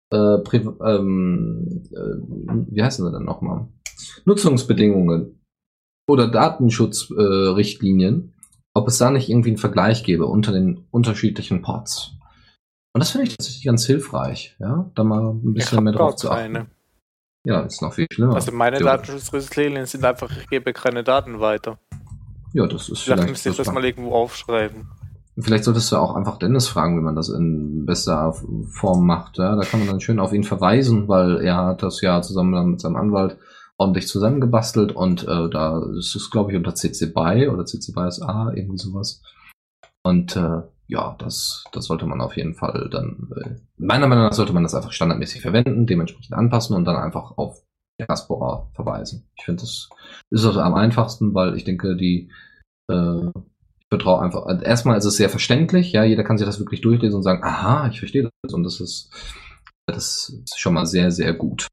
wie heißen sie denn nochmal? Nutzungsbedingungen oder Datenschutzrichtlinien, ob es da nicht irgendwie einen Vergleich gäbe unter den unterschiedlichen Ports. Und das finde ich tatsächlich ganz hilfreich, ja, da mal ein bisschen mehr drauf zu achten. Ja, ist noch viel schlimmer. Also meine Datenschutzrichtlinien sind einfach, ich gebe keine Daten weiter. Ja, das ist vielleicht müsste ich das mal irgendwo aufschreiben. Vielleicht solltest du auch einfach Dennis fragen, wie man das in bester Form macht. Ja? Da kann man dann schön auf ihn verweisen, weil er hat das ja zusammen mit seinem Anwalt ordentlich zusammengebastelt und da ist es, glaube ich, unter CC BY oder CC BY SA, irgendwie sowas. Und das sollte man auf jeden Fall dann, meiner Meinung nach sollte man das einfach standardmäßig verwenden, dementsprechend anpassen und dann einfach auf Diaspora verweisen. Ich finde, das ist auch am einfachsten, weil ich denke, ich vertraue einfach. Erstmal ist es sehr verständlich, ja, jeder kann sich das wirklich durchlesen und sagen, aha, ich verstehe das und das ist schon mal sehr, sehr gut.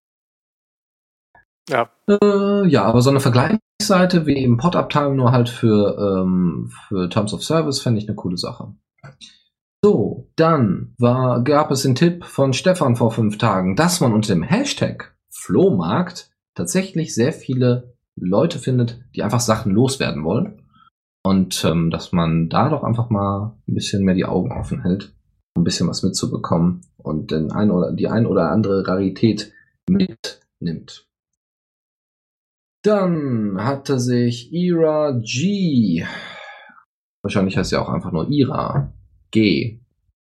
Ja. Aber so eine Vergleichsseite wie eben Pod-Uptime nur halt für Terms of Service fände ich eine coole Sache. So, dann gab es den Tipp von Stefan vor 5 Tagen, dass man unter dem Hashtag Flohmarkt tatsächlich sehr viele Leute findet, die einfach Sachen loswerden wollen. Und dass man da doch einfach mal ein bisschen mehr die Augen offen hält, um ein bisschen was mitzubekommen und die ein oder andere Rarität mitnimmt. Dann hatte sich Ira G, wahrscheinlich heißt sie auch einfach nur Ira G,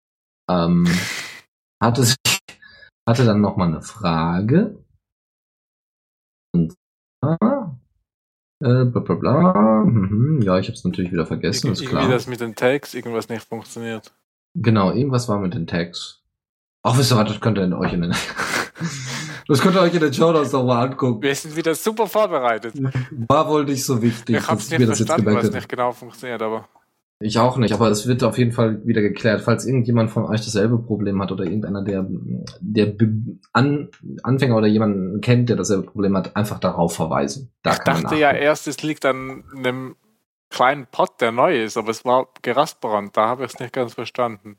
hatte dann nochmal eine Frage. Und Bla bla bla. Ja, ich habe es natürlich wieder vergessen, ist klar. Irgendwie das mit den Tags irgendwas nicht funktioniert. Genau, irgendwas war mit den Tags. Ach, wisst ihr was, das könnt ihr euch in den das könnt ihr euch in den Shownotes nochmal angucken. Wir sind wieder super vorbereitet. War wohl nicht so wichtig, Ich hab's dass nicht mir das jetzt verstanden, gemerkt was hätte. nicht genau funktioniert, aber... Ich auch nicht, aber es wird auf jeden Fall wieder geklärt. Falls irgendjemand von euch dasselbe Problem hat oder irgendeiner, der Anfänger oder jemanden kennt, der dasselbe Problem hat, einfach darauf verweisen. Da Ich kann man dachte ja nachgucken. erst, es liegt an einem kleinen Pot, der neu ist, aber es war gerastbrannt. Da habe ich es nicht ganz verstanden.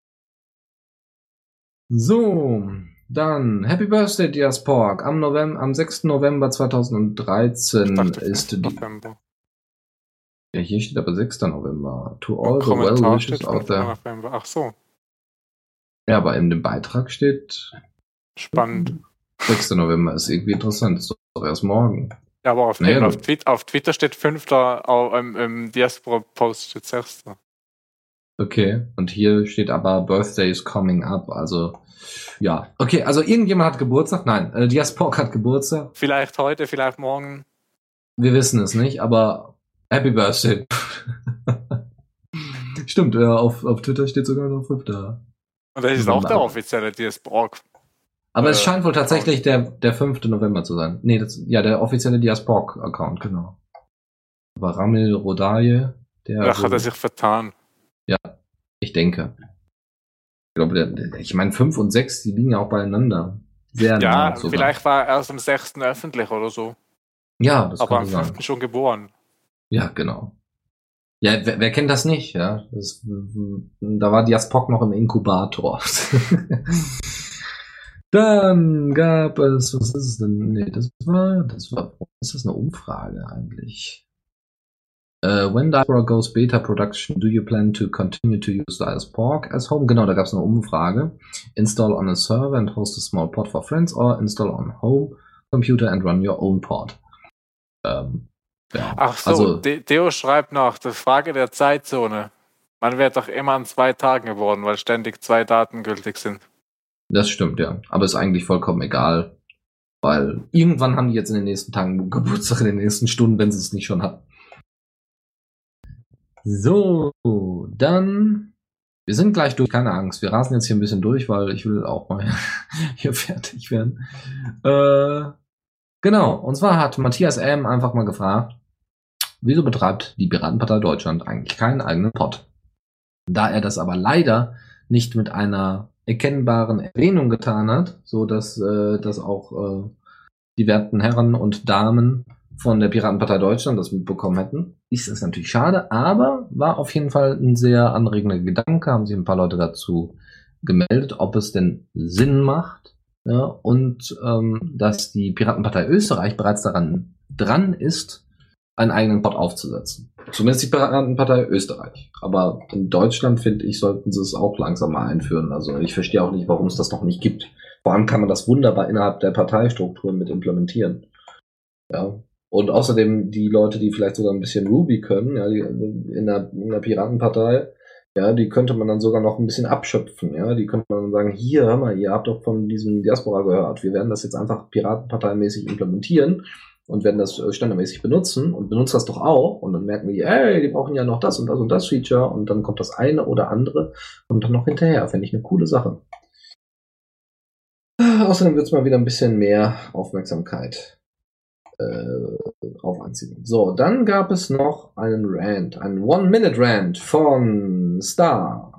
So, dann Happy Birthday, Diaspork. Am 6. November 2013 Ich dachte, ist die... November. Ja, hier steht aber 6. November. To all Im the Kommentar well steht wishes out 5. there. November. Ach so, Ja, aber in dem Beitrag steht spannend. 6. November. Ist irgendwie interessant. Ist doch erst morgen. Ja, aber auf, Naja, auf Twitter steht 5. Im Diaspora-Post steht 6. Okay, und hier steht aber Birthday is coming up, also ja. Okay, also irgendjemand hat Geburtstag? Nein, Diaspork hat Geburtstag. Vielleicht heute, vielleicht morgen. Wir wissen es nicht, aber Happy Birthday. Stimmt, auf Twitter steht sogar noch 5. Und das ist auch der offizielle Diaspora. Aber es scheint wohl tatsächlich der 5. November zu sein. Nee, der offizielle Diaspork-Account, genau. Aber Ramil Rodaje, Da hat er sich vertan. Ich denke. Ich glaube, ich meine 5 und 6, die liegen ja auch beieinander. Sehr Ja, nah sogar. vielleicht war er erst am 6. öffentlich oder so. Ja, das Aber am könnte sein. 5. schon geboren. Ja, genau. Ja, wer kennt das nicht, ja? Da war Diaspork noch im Inkubator. Dann gab es, was ist es denn? Nee, ist das eine Umfrage eigentlich? When Diaspora goes beta production, do you plan to continue to use Diaspork as home? Genau, da gab es eine Umfrage. Install on a server and host a small pod for friends or install on home computer and run your own pod. Ja. Ach so, Also, Deo schreibt noch, die Frage der Zeitzone. Man wird doch immer an 2 Tagen geboren, weil ständig 2 Daten gültig sind. das stimmt, ja. Aber ist eigentlich vollkommen egal. Weil irgendwann haben die jetzt in den nächsten Tagen Geburtstag, in den nächsten Stunden, wenn sie es nicht schon hatten. So, dann... Wir sind gleich durch, keine Angst. Wir rasen jetzt hier ein bisschen durch, weil ich will auch mal hier fertig werden. Genau, und zwar hat Matthias M. einfach mal gefragt, wieso betreibt die Piratenpartei Deutschland eigentlich keinen eigenen Pod? Da er das aber leider nicht mit einer erkennbaren Erwähnung getan hat, so dass das auch die werten Herren und Damen von der Piratenpartei Deutschland das mitbekommen hätten, ist das natürlich schade, aber war auf jeden Fall ein sehr anregender Gedanke, haben sich ein paar Leute dazu gemeldet, ob es denn Sinn macht, ja, und dass die Piratenpartei Österreich bereits dran ist, einen eigenen Pod aufzusetzen. Zumindest die Piratenpartei Österreich. Aber in Deutschland, finde ich, sollten sie es auch langsam mal einführen. Also ich verstehe auch nicht, warum es das noch nicht gibt. Vor allem kann man das wunderbar innerhalb der Parteistrukturen mit implementieren. Ja. Und außerdem die Leute, die vielleicht sogar ein bisschen Ruby können, ja, die in der Piratenpartei, ja, die könnte man dann sogar noch ein bisschen abschöpfen, ja, die könnte man dann sagen, hier, hör mal, ihr habt doch von diesem Diaspora gehört, wir werden das jetzt einfach piratenparteimäßig implementieren und werden das standardmäßig benutzen und benutzt das doch auch und dann merken die, ey, die brauchen ja noch das und das Feature und dann kommt das eine oder andere und dann noch hinterher, fände ich eine coole Sache. Außerdem wird es mal wieder ein bisschen mehr Aufmerksamkeit drauf anziehen. So, dann gab es noch einen Rant, einen One-Minute-Rant von Star,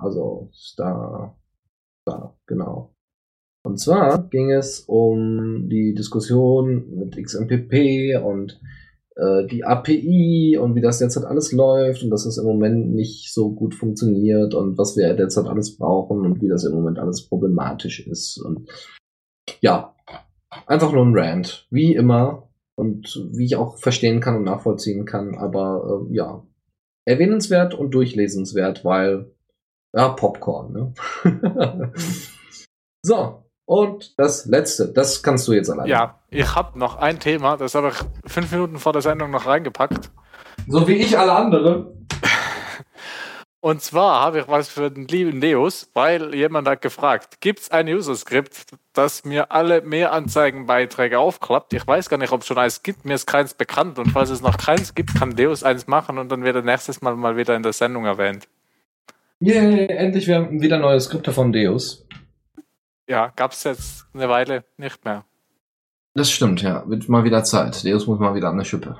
genau. Und zwar ging es um die Diskussion mit XMPP und die API und wie das derzeit alles läuft und dass es im Moment nicht so gut funktioniert und was wir derzeit alles brauchen und wie das im Moment alles problematisch ist. Und ja, einfach nur ein Rant, wie immer. Und wie ich auch verstehen kann und nachvollziehen kann, aber ja, erwähnenswert und durchlesenswert, weil, ja, Popcorn, ne? So, und das Letzte, das kannst du jetzt alleine. Ja, ich habe noch ein Thema, das habe ich 5 Minuten vor der Sendung noch reingepackt. So wie ich alle anderen. Und zwar habe ich was für den lieben Neos, weil jemand hat gefragt, gibt es ein User-Skript, das mir alle Mehranzeigenbeiträge aufklappt? Ich weiß gar nicht, ob es schon eins gibt, mir ist keins bekannt. Und falls es noch keins gibt, kann Neos eins machen und dann wird er nächstes Mal wieder in der Sendung erwähnt. Yeah, endlich wieder neue Skripte von Deus. Ja, gab es jetzt eine Weile nicht mehr. Das stimmt, ja. Wird mal wieder Zeit. Deus muss mal wieder an der Schippe.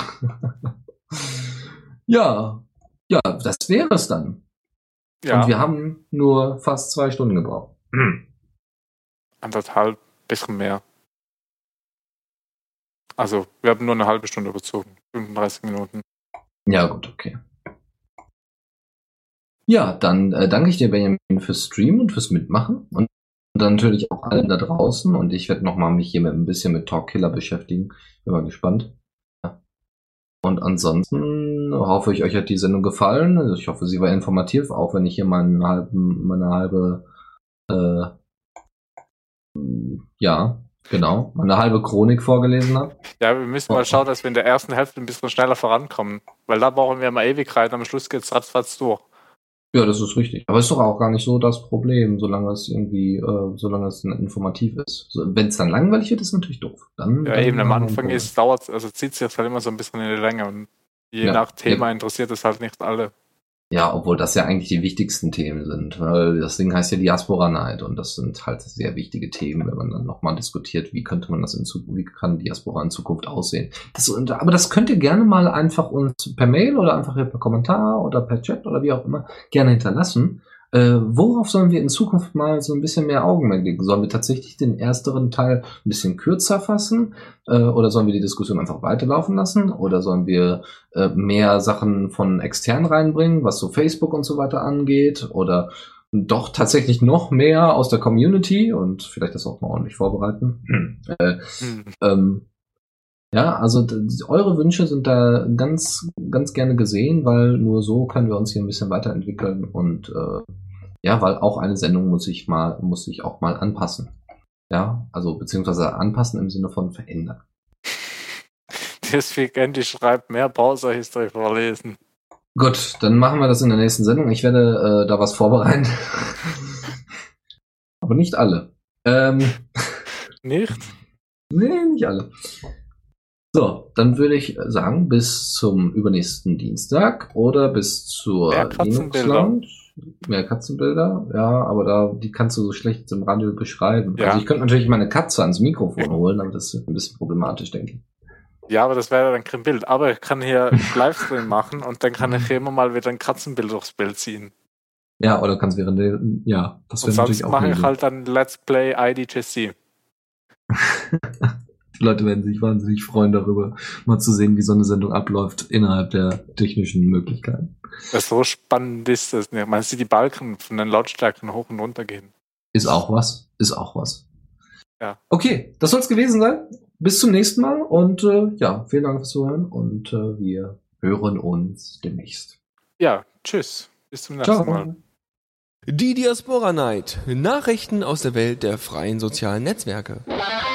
Ja, das wäre es dann. Ja. Und wir haben nur fast 2 Stunden gebraucht. 1,5, bisschen mehr. Also, wir haben nur eine halbe Stunde überzogen. 35 Minuten. Ja, gut, okay. Ja, dann danke ich dir, Benjamin, fürs Streamen und fürs Mitmachen. Und dann natürlich auch allen da draußen. Und ich werde nochmal mich hier ein bisschen mit Talkkiller beschäftigen. Bin mal gespannt. Und ansonsten hoffe ich, euch hat die Sendung gefallen. Also ich hoffe, sie war informativ, auch wenn ich hier meine halbe Chronik vorgelesen habe. Ja, wir müssen mal schauen, dass wir in der ersten Hälfte ein bisschen schneller vorankommen. Weil da brauchen wir immer Ewigkeiten, am Schluss geht's ratzfatz durch. Ja, das ist richtig. Aber ist doch auch gar nicht so das Problem, solange es informativ ist. Wenn es dann langweilig wird, ist natürlich doof. Dann eben am Anfang zieht sich das halt immer so ein bisschen in die Länge und je nach Thema interessiert es halt nicht alle. Ja, obwohl das ja eigentlich die wichtigsten Themen sind, weil das Ding heißt ja Diaspora Night und das sind halt sehr wichtige Themen, wenn man dann nochmal diskutiert, wie kann Diaspora in Zukunft aussehen. Aber das könnt ihr gerne mal einfach uns per Mail oder einfach per Kommentar oder per Chat oder wie auch immer gerne hinterlassen. Worauf sollen wir in Zukunft mal so ein bisschen mehr Augenmerk legen? Sollen wir tatsächlich den ersteren Teil ein bisschen kürzer fassen? Oder sollen wir die Diskussion einfach weiterlaufen lassen? Oder sollen wir mehr Sachen von extern reinbringen, was so Facebook und so weiter angeht? Oder doch tatsächlich noch mehr aus der Community und vielleicht das auch mal ordentlich vorbereiten? Ja, also eure Wünsche sind da ganz, ganz gerne gesehen, weil nur so können wir uns hier ein bisschen weiterentwickeln und weil auch eine Sendung muss sich auch mal anpassen. Ja, also beziehungsweise anpassen im Sinne von verändern. Deswegen Andy schreibt mehr Browser-History vorlesen. Gut, dann machen wir das in der nächsten Sendung. Ich werde da was vorbereiten. Aber nicht alle. Nicht? Nee, nicht alle. So, dann würde ich sagen, bis zum übernächsten Dienstag oder bis zur Linux-Lounge. Mehr Katzenbilder, ja, aber die kannst du so schlecht im Radio beschreiben. Ja. Also ich könnte natürlich meine Katze ans Mikrofon holen, aber das ist ein bisschen problematisch, denke ich. Ja, aber das wäre dann kein Bild. Aber ich kann hier Livestream machen und dann kann ich hier immer mal wieder ein Katzenbild durchs Bild ziehen. Ja, oder kannst das wäre natürlich auch. Sonst mache ich halt dann Let's Play IDJC. Die Leute werden sich wahnsinnig freuen darüber, mal zu sehen, wie so eine Sendung abläuft innerhalb der technischen Möglichkeiten. Das so spannend ist das nicht. Man sieht die Balken von den Lautstärken hoch und runter gehen. Ist auch was. Ja. Okay, das soll es gewesen sein. Bis zum nächsten Mal und vielen Dank fürs Zuhören und wir hören uns demnächst. Ja, tschüss. Bis zum nächsten Mal. Die Diaspora Night. Nachrichten aus der Welt der freien sozialen Netzwerke.